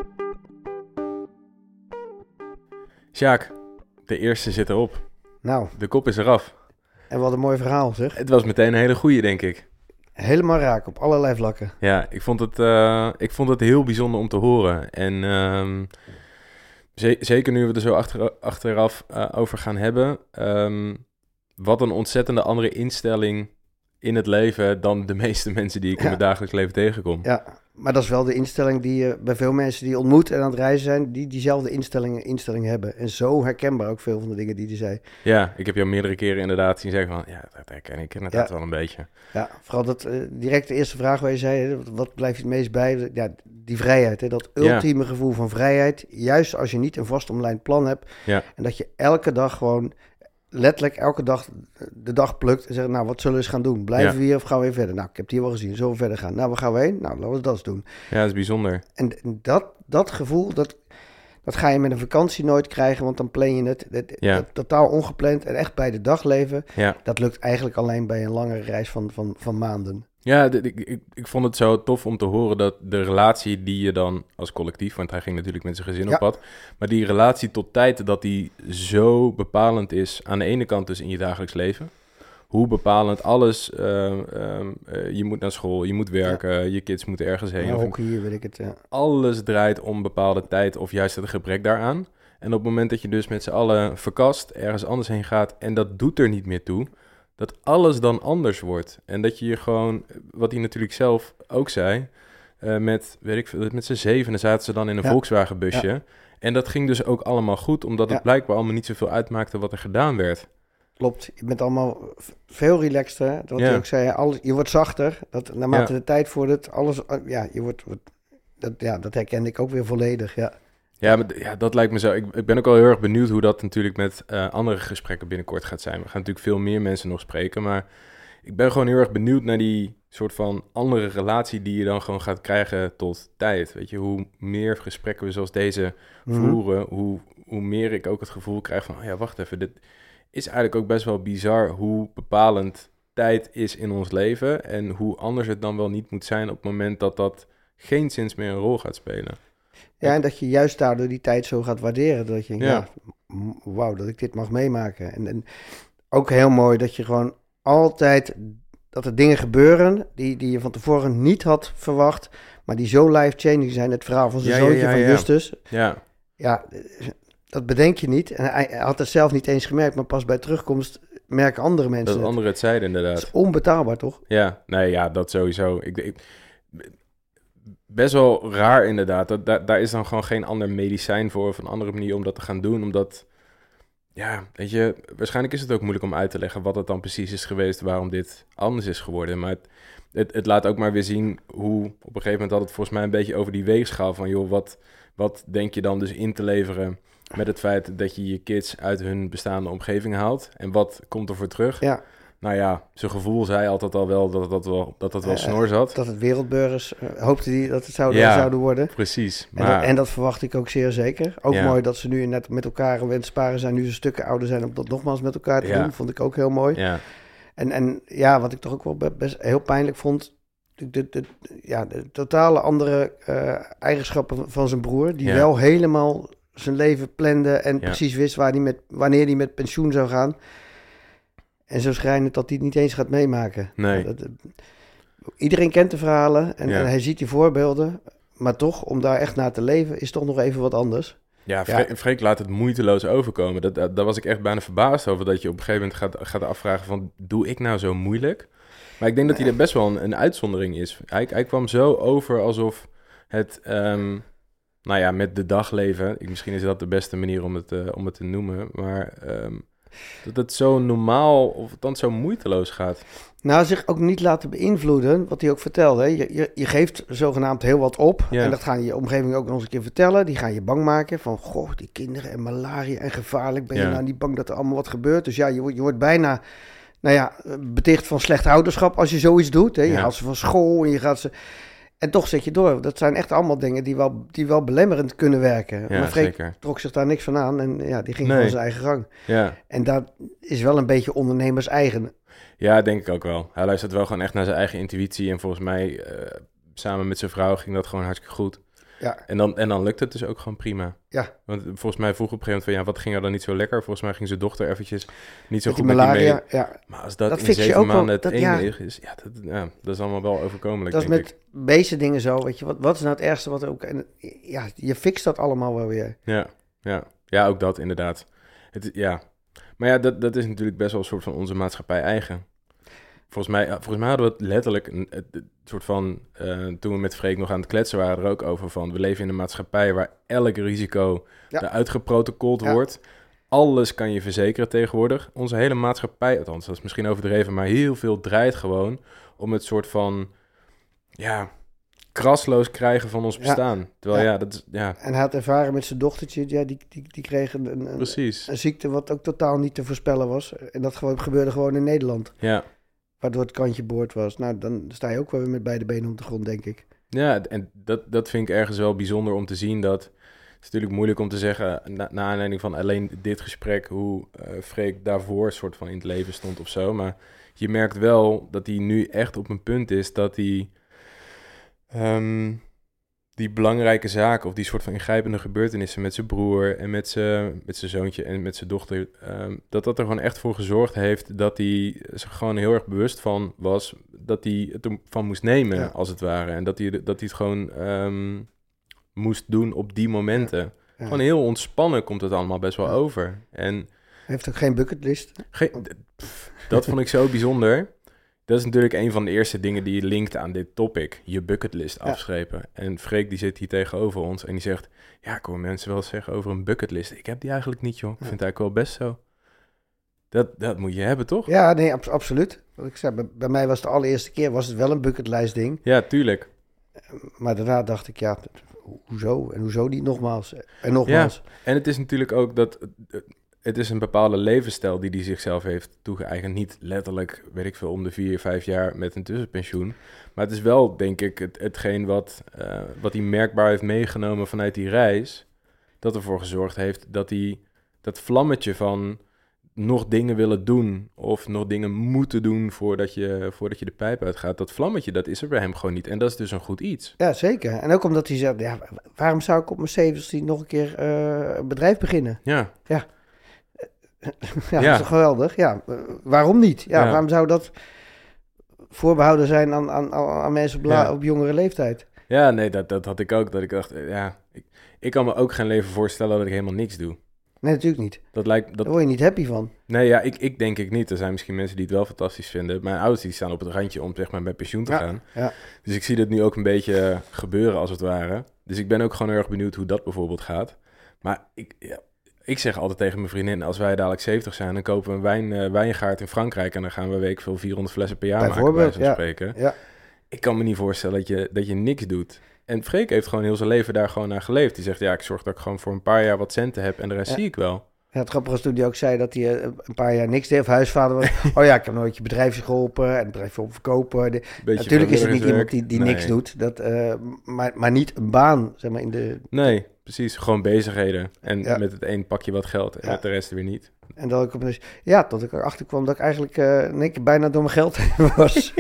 Sjaak, de eerste zit erop. Nou. De kop is eraf. En wat een mooi verhaal, zeg. Het was meteen een hele goeie, denk ik. Helemaal raak, op allerlei vlakken. Ja, ik vond het heel bijzonder om te horen. En zeker nu we er zo achteraf over gaan hebben. Wat een ontzettende andere instelling in het leven dan de meeste mensen die ik in mijn dagelijks leven tegenkom. Ja, maar dat is wel de instelling die je bij veel mensen die je ontmoet en aan het reizen zijn, die diezelfde instelling hebben. En zo herkenbaar ook veel van de dingen die hij zei. Ja, ik heb jou meerdere keren inderdaad zien zeggen van, ja, dat herken ik inderdaad wel een beetje. Ja, vooral dat direct de eerste vraag waar je zei, hè, wat blijft je het meest bij? Ja, die vrijheid, hè, dat ultieme gevoel van vrijheid. Juist als je niet een vast omlijnd plan hebt. Ja. En dat je elke dag gewoon, letterlijk elke dag de dag plukt en zegt, nou, wat zullen we eens gaan doen? Blijven we hier of gaan we weer verder? Nou, ik heb het hier wel gezien, zullen we verder gaan? Nou, waar gaan we heen? Nou, laten we dat eens doen. Ja, dat is bijzonder. En dat gevoel, dat ga je met een vakantie nooit krijgen, want dan plan je het totaal ongepland en echt bij de dag leven. Ja. Dat lukt eigenlijk alleen bij een langere reis van maanden. Ja, ik vond het zo tof om te horen dat de relatie die je dan als collectief, want hij ging natuurlijk met zijn gezin op pad, maar die relatie tot tijd, dat die zo bepalend is aan de ene kant dus in je dagelijks leven. Hoe bepalend alles, je moet naar school, je moet werken, je kids moeten ergens heen. Hockey, weet ik het, Alles draait om bepaalde tijd of juist het gebrek daaraan. En op het moment dat je dus met z'n allen verkast, ergens anders heen gaat en dat doet er niet meer toe, dat alles dan anders wordt. En dat je gewoon, wat hij natuurlijk zelf ook zei, met z'n 7 zaten ze dan in een Volkswagen busje. Ja. En dat ging dus ook allemaal goed, omdat het blijkbaar allemaal niet zoveel uitmaakte wat er gedaan werd. Klopt, je bent allemaal veel relaxter. Wat je ook zei, je wordt zachter. Dat naarmate de tijd vordert, alles, dat herkende ik ook weer volledig, Ja, maar dat lijkt me zo. Ik ben ook al heel erg benieuwd hoe dat natuurlijk met andere gesprekken binnenkort gaat zijn. We gaan natuurlijk veel meer mensen nog spreken, maar ik ben gewoon heel erg benieuwd naar die soort van andere relatie die je dan gewoon gaat krijgen tot tijd. Weet je, hoe meer gesprekken we zoals deze voeren, hoe meer ik ook het gevoel krijg van, wacht even, dit is eigenlijk ook best wel bizar hoe bepalend tijd is in ons leven en hoe anders het dan wel niet moet zijn op het moment dat dat geen zins meer een rol gaat spelen. Ja, en dat je juist daardoor die tijd zo gaat waarderen. Dat je denkt, wauw, dat ik dit mag meemaken. En ook heel mooi dat je gewoon altijd, dat er dingen gebeuren die je van tevoren niet had verwacht, maar die zo life-changing zijn. Het verhaal van zijn zoontje van Justus. Ja, dat bedenk je niet. En hij had het zelf niet eens gemerkt, maar pas bij terugkomst merken andere mensen dat anderen het zeiden, inderdaad. Dat is onbetaalbaar, toch? Ja, dat sowieso. Best wel raar inderdaad. Daar is dan gewoon geen ander medicijn voor of een andere manier om dat te gaan doen. Omdat, weet je, waarschijnlijk is het ook moeilijk om uit te leggen wat het dan precies is geweest, waarom dit anders is geworden. Maar het laat ook maar weer zien hoe, op een gegeven moment had het volgens mij een beetje over die weegschaal van, joh, wat denk je dan dus in te leveren met het feit dat je je kids uit hun bestaande omgeving haalt? En wat komt er voor terug? Ja. Nou ja, zijn gevoel zei altijd al wel dat het wel snor zat. Dat het wereldburgers hoopte die dat het zouden worden. Precies. Maar... En dat verwacht ik ook zeer zeker. Ook mooi dat ze nu net met elkaar aan het sparen zijn, nu ze stukken ouder zijn, om dat nogmaals met elkaar te doen. Vond ik ook heel mooi. Ja. En wat ik toch ook wel best heel pijnlijk vond, de totale andere eigenschappen van zijn broer, die wel helemaal zijn leven plande en precies wist wanneer hij met pensioen zou gaan. En zo schrijnend dat hij het niet eens gaat meemaken. Nee. Iedereen kent de verhalen en hij ziet die voorbeelden. Maar toch, om daar echt naar te leven, is toch nog even wat anders. Ja, Freek laat het moeiteloos overkomen. Daar was ik echt bijna verbaasd over. Dat je op een gegeven moment gaat afvragen van, doe ik nou zo moeilijk? Maar ik denk dat hij er best wel een uitzondering is. Hij kwam zo over alsof het, met de dag leven. Misschien is dat de beste manier om het te noemen. Maar dat het zo normaal of dan zo moeiteloos gaat. Nou, zich ook niet laten beïnvloeden, wat hij ook vertelde. Je geeft zogenaamd heel wat op. Ja. En dat gaan je omgeving ook nog eens een keer vertellen. Die gaan je bang maken van, goh, die kinderen en malaria en gevaarlijk. Ben je nou niet bang dat er allemaal wat gebeurt? Dus je wordt bijna, beticht van slecht ouderschap als je zoiets doet. Hè? Je haalt ze van school en je gaat ze... En toch zet je door. Dat zijn echt allemaal dingen die wel belemmerend kunnen werken. Ja, maar Freek trok zich daar niks van aan en die ging gewoon zijn eigen gang. Ja. En dat is wel een beetje ondernemers eigen. Ja, denk ik ook wel. Hij luistert wel gewoon echt naar zijn eigen intuïtie. En volgens mij, samen met zijn vrouw, ging dat gewoon hartstikke goed. Ja. En dan lukt het dus ook gewoon prima. Ja. Want volgens mij vroeg op een gegeven moment van, wat ging er dan niet zo lekker? Volgens mij ging zijn dochter eventjes niet zo met goed met malaria, die mee. Ja. Maar als dat in 7 maanden het enige is, dat is allemaal wel overkomelijk, dat is met deze dingen zo, weet je. Wat is nou het ergste wat er ook... En, je fixt dat allemaal wel weer. Ja, ook dat inderdaad. Maar dat is natuurlijk best wel een soort van onze maatschappij eigen. volgens mij hadden we het letterlijk een soort van... toen we met Freek nog aan het kletsen waren, er ook over van... we leven in een maatschappij waar elk risico eruit geprotocold wordt. Alles kan je verzekeren tegenwoordig. Onze hele maatschappij, althans dat is misschien overdreven... maar heel veel draait gewoon om het soort van... krasloos krijgen van ons bestaan. Terwijl dat is... Ja. En hij had ervaren met zijn dochtertje, die kreeg een ziekte wat ook totaal niet te voorspellen was. En dat gebeurde gewoon in Nederland. Ja. Waardoor het kantje boord was. Nou, dan sta je ook wel weer met beide benen op de grond, denk ik. Ja, en dat vind ik ergens wel bijzonder om te zien. Dat het is natuurlijk moeilijk om te zeggen, na aanleiding van alleen dit gesprek, hoe Freek daarvoor soort van in het leven stond of zo. Maar je merkt wel dat hij nu echt op een punt is dat hij die belangrijke zaken of die soort van ingrijpende gebeurtenissen met zijn broer en met zijn zoontje en met zijn dochter, dat er gewoon echt voor gezorgd heeft dat hij zich gewoon heel erg bewust van was dat hij het ervan moest nemen, als het ware. En dat hij het gewoon moest doen op die momenten. Ja. Gewoon heel ontspannen komt het allemaal best wel over. En hij heeft ook geen bucketlist. Dat vond ik zo bijzonder. Dat is natuurlijk een van de eerste dingen die je linkt aan dit topic. Je bucketlist afschepen. En Freek die zit hier tegenover ons en die zegt... Ja, ik hoor mensen wel eens zeggen over een bucketlist. Ik heb die eigenlijk niet, joh. Ik vind het eigenlijk wel best zo. Dat moet je hebben, toch? Ja, nee, absoluut. Wat ik zei, bij mij was de allereerste keer was het wel een bucketlijst ding. Ja, tuurlijk. Maar daarna dacht ik, hoezo? En hoezo niet nogmaals? En nogmaals. Ja, en het is natuurlijk ook dat... Het is een bepaalde levensstijl die hij zichzelf heeft toegeëigend. Niet letterlijk, weet ik veel, om de 4-5 jaar met een tussenpensioen. Maar het is wel, denk ik, hetgeen wat hij merkbaar heeft meegenomen vanuit die reis. Dat ervoor gezorgd heeft dat hij dat vlammetje van nog dingen willen doen of nog dingen moeten doen voordat je de pijp uitgaat. Dat vlammetje, dat is er bij hem gewoon niet. En dat is dus een goed iets. Ja, zeker. En ook omdat hij zegt, waarom zou ik op mijn 70ste nog een keer een bedrijf beginnen? Ja. Dat is toch geweldig? Ja, waarom niet? Waarom zou dat voorbehouden zijn aan mensen op jongere leeftijd? Ja, nee, dat had ik ook. Dat ik dacht, ik kan me ook geen leven voorstellen dat ik helemaal niks doe. Nee, natuurlijk niet. Daar word je niet happy van. Nee, ja, ik denk ik niet. Er zijn misschien mensen die het wel fantastisch vinden. Mijn ouders die staan op het randje om zeg maar met pensioen te gaan. Ja. Dus ik zie dat nu ook een beetje gebeuren als het ware. Dus ik ben ook gewoon heel erg benieuwd hoe dat bijvoorbeeld gaat. Maar ik zeg altijd tegen mijn vriendin, als wij dadelijk 70 zijn, dan kopen we een wijngaard in Frankrijk en dan gaan we week veel 400 flessen per jaar maken, bij wijze van spreken. Ja. Ik kan me niet voorstellen dat je niks doet. En Freek heeft gewoon heel zijn leven daar gewoon naar geleefd. Die zegt, ik zorg dat ik gewoon voor een paar jaar wat centen heb en de rest zie ik wel. Ja, het grappige was toen hij ook zei dat hij een paar jaar niks deed of huisvader was. Ik heb nooit je bedrijfje geholpen en het bedrijf op verkopen. Natuurlijk is het niet iemand die niks doet, maar niet een baan, zeg maar, in de... Nee, precies. Gewoon bezigheden. En met het een pak je wat geld en met de rest weer niet. En dat ik erachter kwam dat ik eigenlijk in één keer bijna door mijn geld was.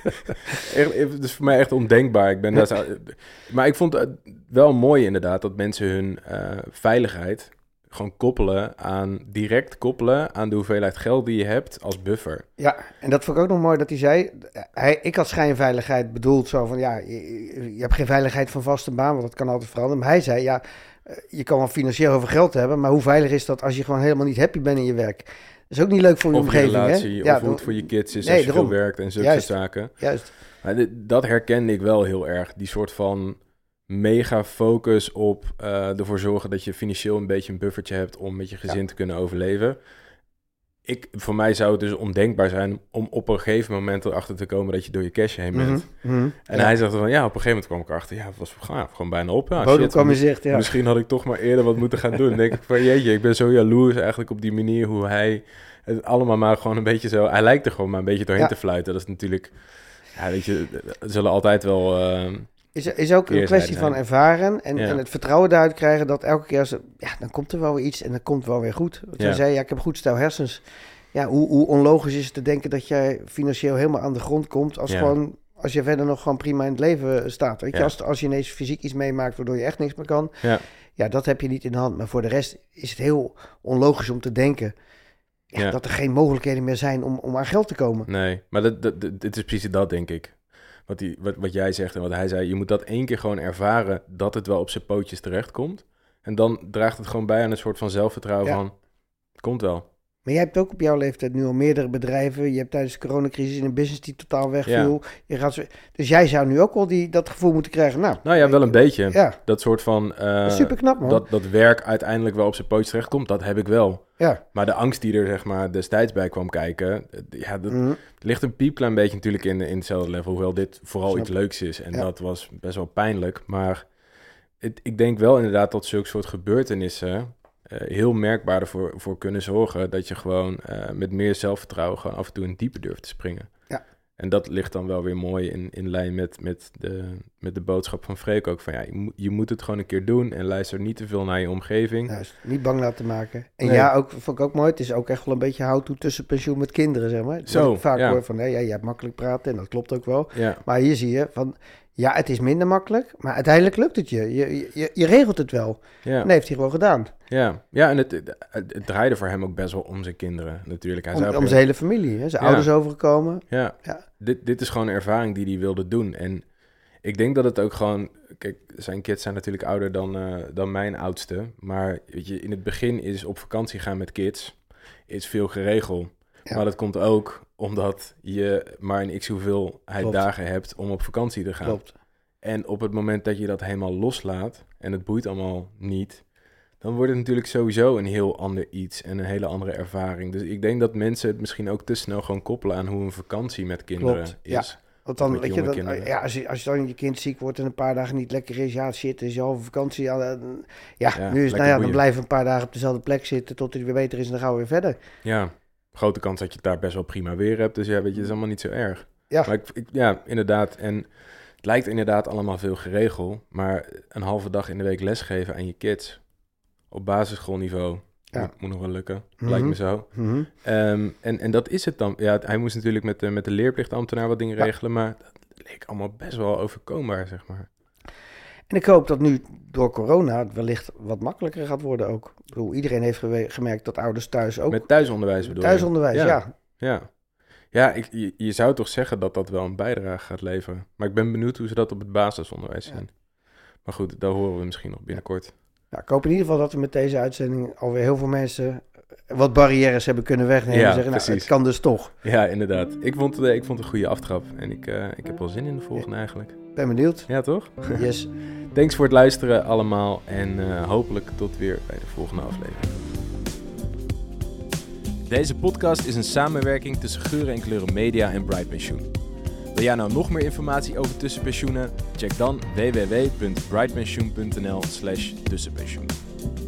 Het is voor mij echt ondenkbaar. Maar ik vond het wel mooi inderdaad dat mensen hun veiligheid gewoon direct koppelen aan de hoeveelheid geld die je hebt als buffer. Ja, en dat vond ik ook nog mooi dat hij zei, ik had schijnveiligheid bedoeld zo van, je hebt geen veiligheid van vaste baan, want dat kan altijd veranderen. Maar hij zei, je kan wel financieel over geld hebben, maar hoe veilig is dat als je gewoon helemaal niet happy bent in je werk? Dat is ook niet leuk voor je omgeving, hè? Of je relatie, of hoe het voor je kids is als je veel werkt en zulke zaken. Juist. Maar dat herkende ik wel heel erg, die soort van mega focus op ervoor zorgen dat je financieel een beetje een buffertje hebt om met je gezin te kunnen overleven. Voor mij zou het dus ondenkbaar zijn om op een gegeven moment erachter te komen dat je door je cash heen bent. En hij zegt van, op een gegeven moment kwam ik erachter, het was gewoon bijna op. Misschien had ik toch maar eerder wat moeten gaan doen. Dan denk ik van, jeetje, ik ben zo jaloers eigenlijk op die manier hoe hij het allemaal maar gewoon een beetje zo, hij lijkt er gewoon maar een beetje doorheen te fluiten. Dat is natuurlijk, weet je, er zullen altijd wel... Is ook een kwestie van ervaren en het vertrouwen daaruit krijgen dat elke keer dan komt er wel weer iets en dan komt wel weer goed. Want jij zei, ik heb goed stel hersens. Ja, hoe onlogisch is het te denken dat jij financieel helemaal aan de grond komt als je verder nog gewoon prima in het leven staat. Weet je, als je ineens fysiek iets meemaakt waardoor je echt niks meer kan. Ja, dat heb je niet in de hand. Maar voor de rest is het heel onlogisch om te denken dat er geen mogelijkheden meer zijn om aan geld te komen. Nee, maar het is precies dat, denk ik. Wat jij zegt en wat hij zei, je moet dat 1 keer gewoon ervaren dat het wel op zijn pootjes terechtkomt. En dan draagt het gewoon bij aan een soort van zelfvertrouwen van, komt wel. Maar jij hebt ook op jouw leeftijd nu al meerdere bedrijven. Je hebt tijdens de coronacrisis een business die totaal wegviel. Ja. Dus jij zou nu ook wel dat gevoel moeten krijgen. Nou ja, wel een beetje. Ja. Dat soort van... super knap, man. Dat werk uiteindelijk wel op zijn pootjes terechtkomt, dat heb ik wel. Ja. Maar de angst die er zeg maar destijds bij kwam kijken... dat ligt een piepklein beetje natuurlijk in hetzelfde level. Hoewel dit vooral iets leuks is. En dat was best wel pijnlijk. Maar ik denk wel inderdaad dat zulke soort gebeurtenissen... heel merkbaar ervoor kunnen zorgen... dat je gewoon met meer zelfvertrouwen... gewoon af en toe in diepe durft te springen. Ja. En dat ligt dan wel weer mooi in lijn met de boodschap van Freek ook. Van ja, je moet het gewoon een keer doen... en luister niet te veel naar je omgeving. Juist, niet bang laten maken. En ook, vond ik ook mooi... het is ook echt wel een beetje how-to tussen pensioen met kinderen, zeg maar. Zo, ik vaak hoor van... je hebt makkelijk praten en dat klopt ook wel. Ja. Maar hier zie je van... ja, het is minder makkelijk... maar uiteindelijk lukt het je. Je regelt het wel. Ja. En dat heeft hij gewoon gedaan. Ja, en het draaide voor hem ook best wel om zijn kinderen natuurlijk. Om zijn hele familie, hè? Zijn ouders overgekomen. Ja. Dit is gewoon een ervaring die hij wilde doen. En ik denk dat het ook gewoon... Kijk, zijn kids zijn natuurlijk ouder dan mijn oudste. Maar weet je, in het begin is op vakantie gaan met kids... is veel geregeld. Ja. Maar dat komt ook omdat je maar een x hoeveelheid dagen hebt om op vakantie te gaan. Klopt. En op het moment dat je dat helemaal loslaat... en het boeit allemaal niet... dan wordt het natuurlijk sowieso een heel ander iets en een hele andere ervaring. Dus ik denk dat mensen het misschien ook te snel gewoon koppelen aan hoe een vakantie met kinderen is. Ja, want dan weet je, als je dan je kind ziek wordt en een paar dagen niet lekker is, ja shit, is je halve vakantie. Nu is dan blijven een paar dagen op dezelfde plek zitten tot hij weer beter is en dan gaan we weer verder. Ja, grote kans dat je het daar best wel prima weer hebt. Dus ja, weet je, het is allemaal niet zo erg. Ja. Maar inderdaad. En het lijkt inderdaad allemaal veel geregeld, maar een halve dag in de week lesgeven aan je kids op basisschoolniveau. Ja. Moet nog wel lukken, lijkt me zo. Mm-hmm. En dat is het dan. Ja, hij moest natuurlijk met de leerplichtambtenaar wat dingen regelen, maar dat leek allemaal best wel overkombaar, zeg maar. En ik hoop dat nu door corona het wellicht wat makkelijker gaat worden ook. Ik bedoel, iedereen heeft gemerkt dat ouders thuis ook... Met thuisonderwijs bedoel je? Thuisonderwijs, ja. Ja, je zou toch zeggen dat dat wel een bijdrage gaat leveren. Maar ik ben benieuwd hoe ze dat op het basisonderwijs zien. Maar goed, daar horen we misschien nog binnenkort. Ja, ik hoop in ieder geval dat we met deze uitzending alweer heel veel mensen wat barrières hebben kunnen wegnemen. Ja, en zeggen, precies. Het kan dus toch. Ja, inderdaad. Ik vond het een goede aftrap. En ik heb wel zin in de volgende eigenlijk. Ben benieuwd. Ja, toch? Yes. Thanks voor het luisteren allemaal. En hopelijk tot weer bij de volgende aflevering. Deze podcast is een samenwerking tussen Geuren en Kleuren Media en Bright Pensioen. Wil jij nou nog meer informatie over tussenpensioenen? Check dan www.brightpensioen.nl/tussenpensioen.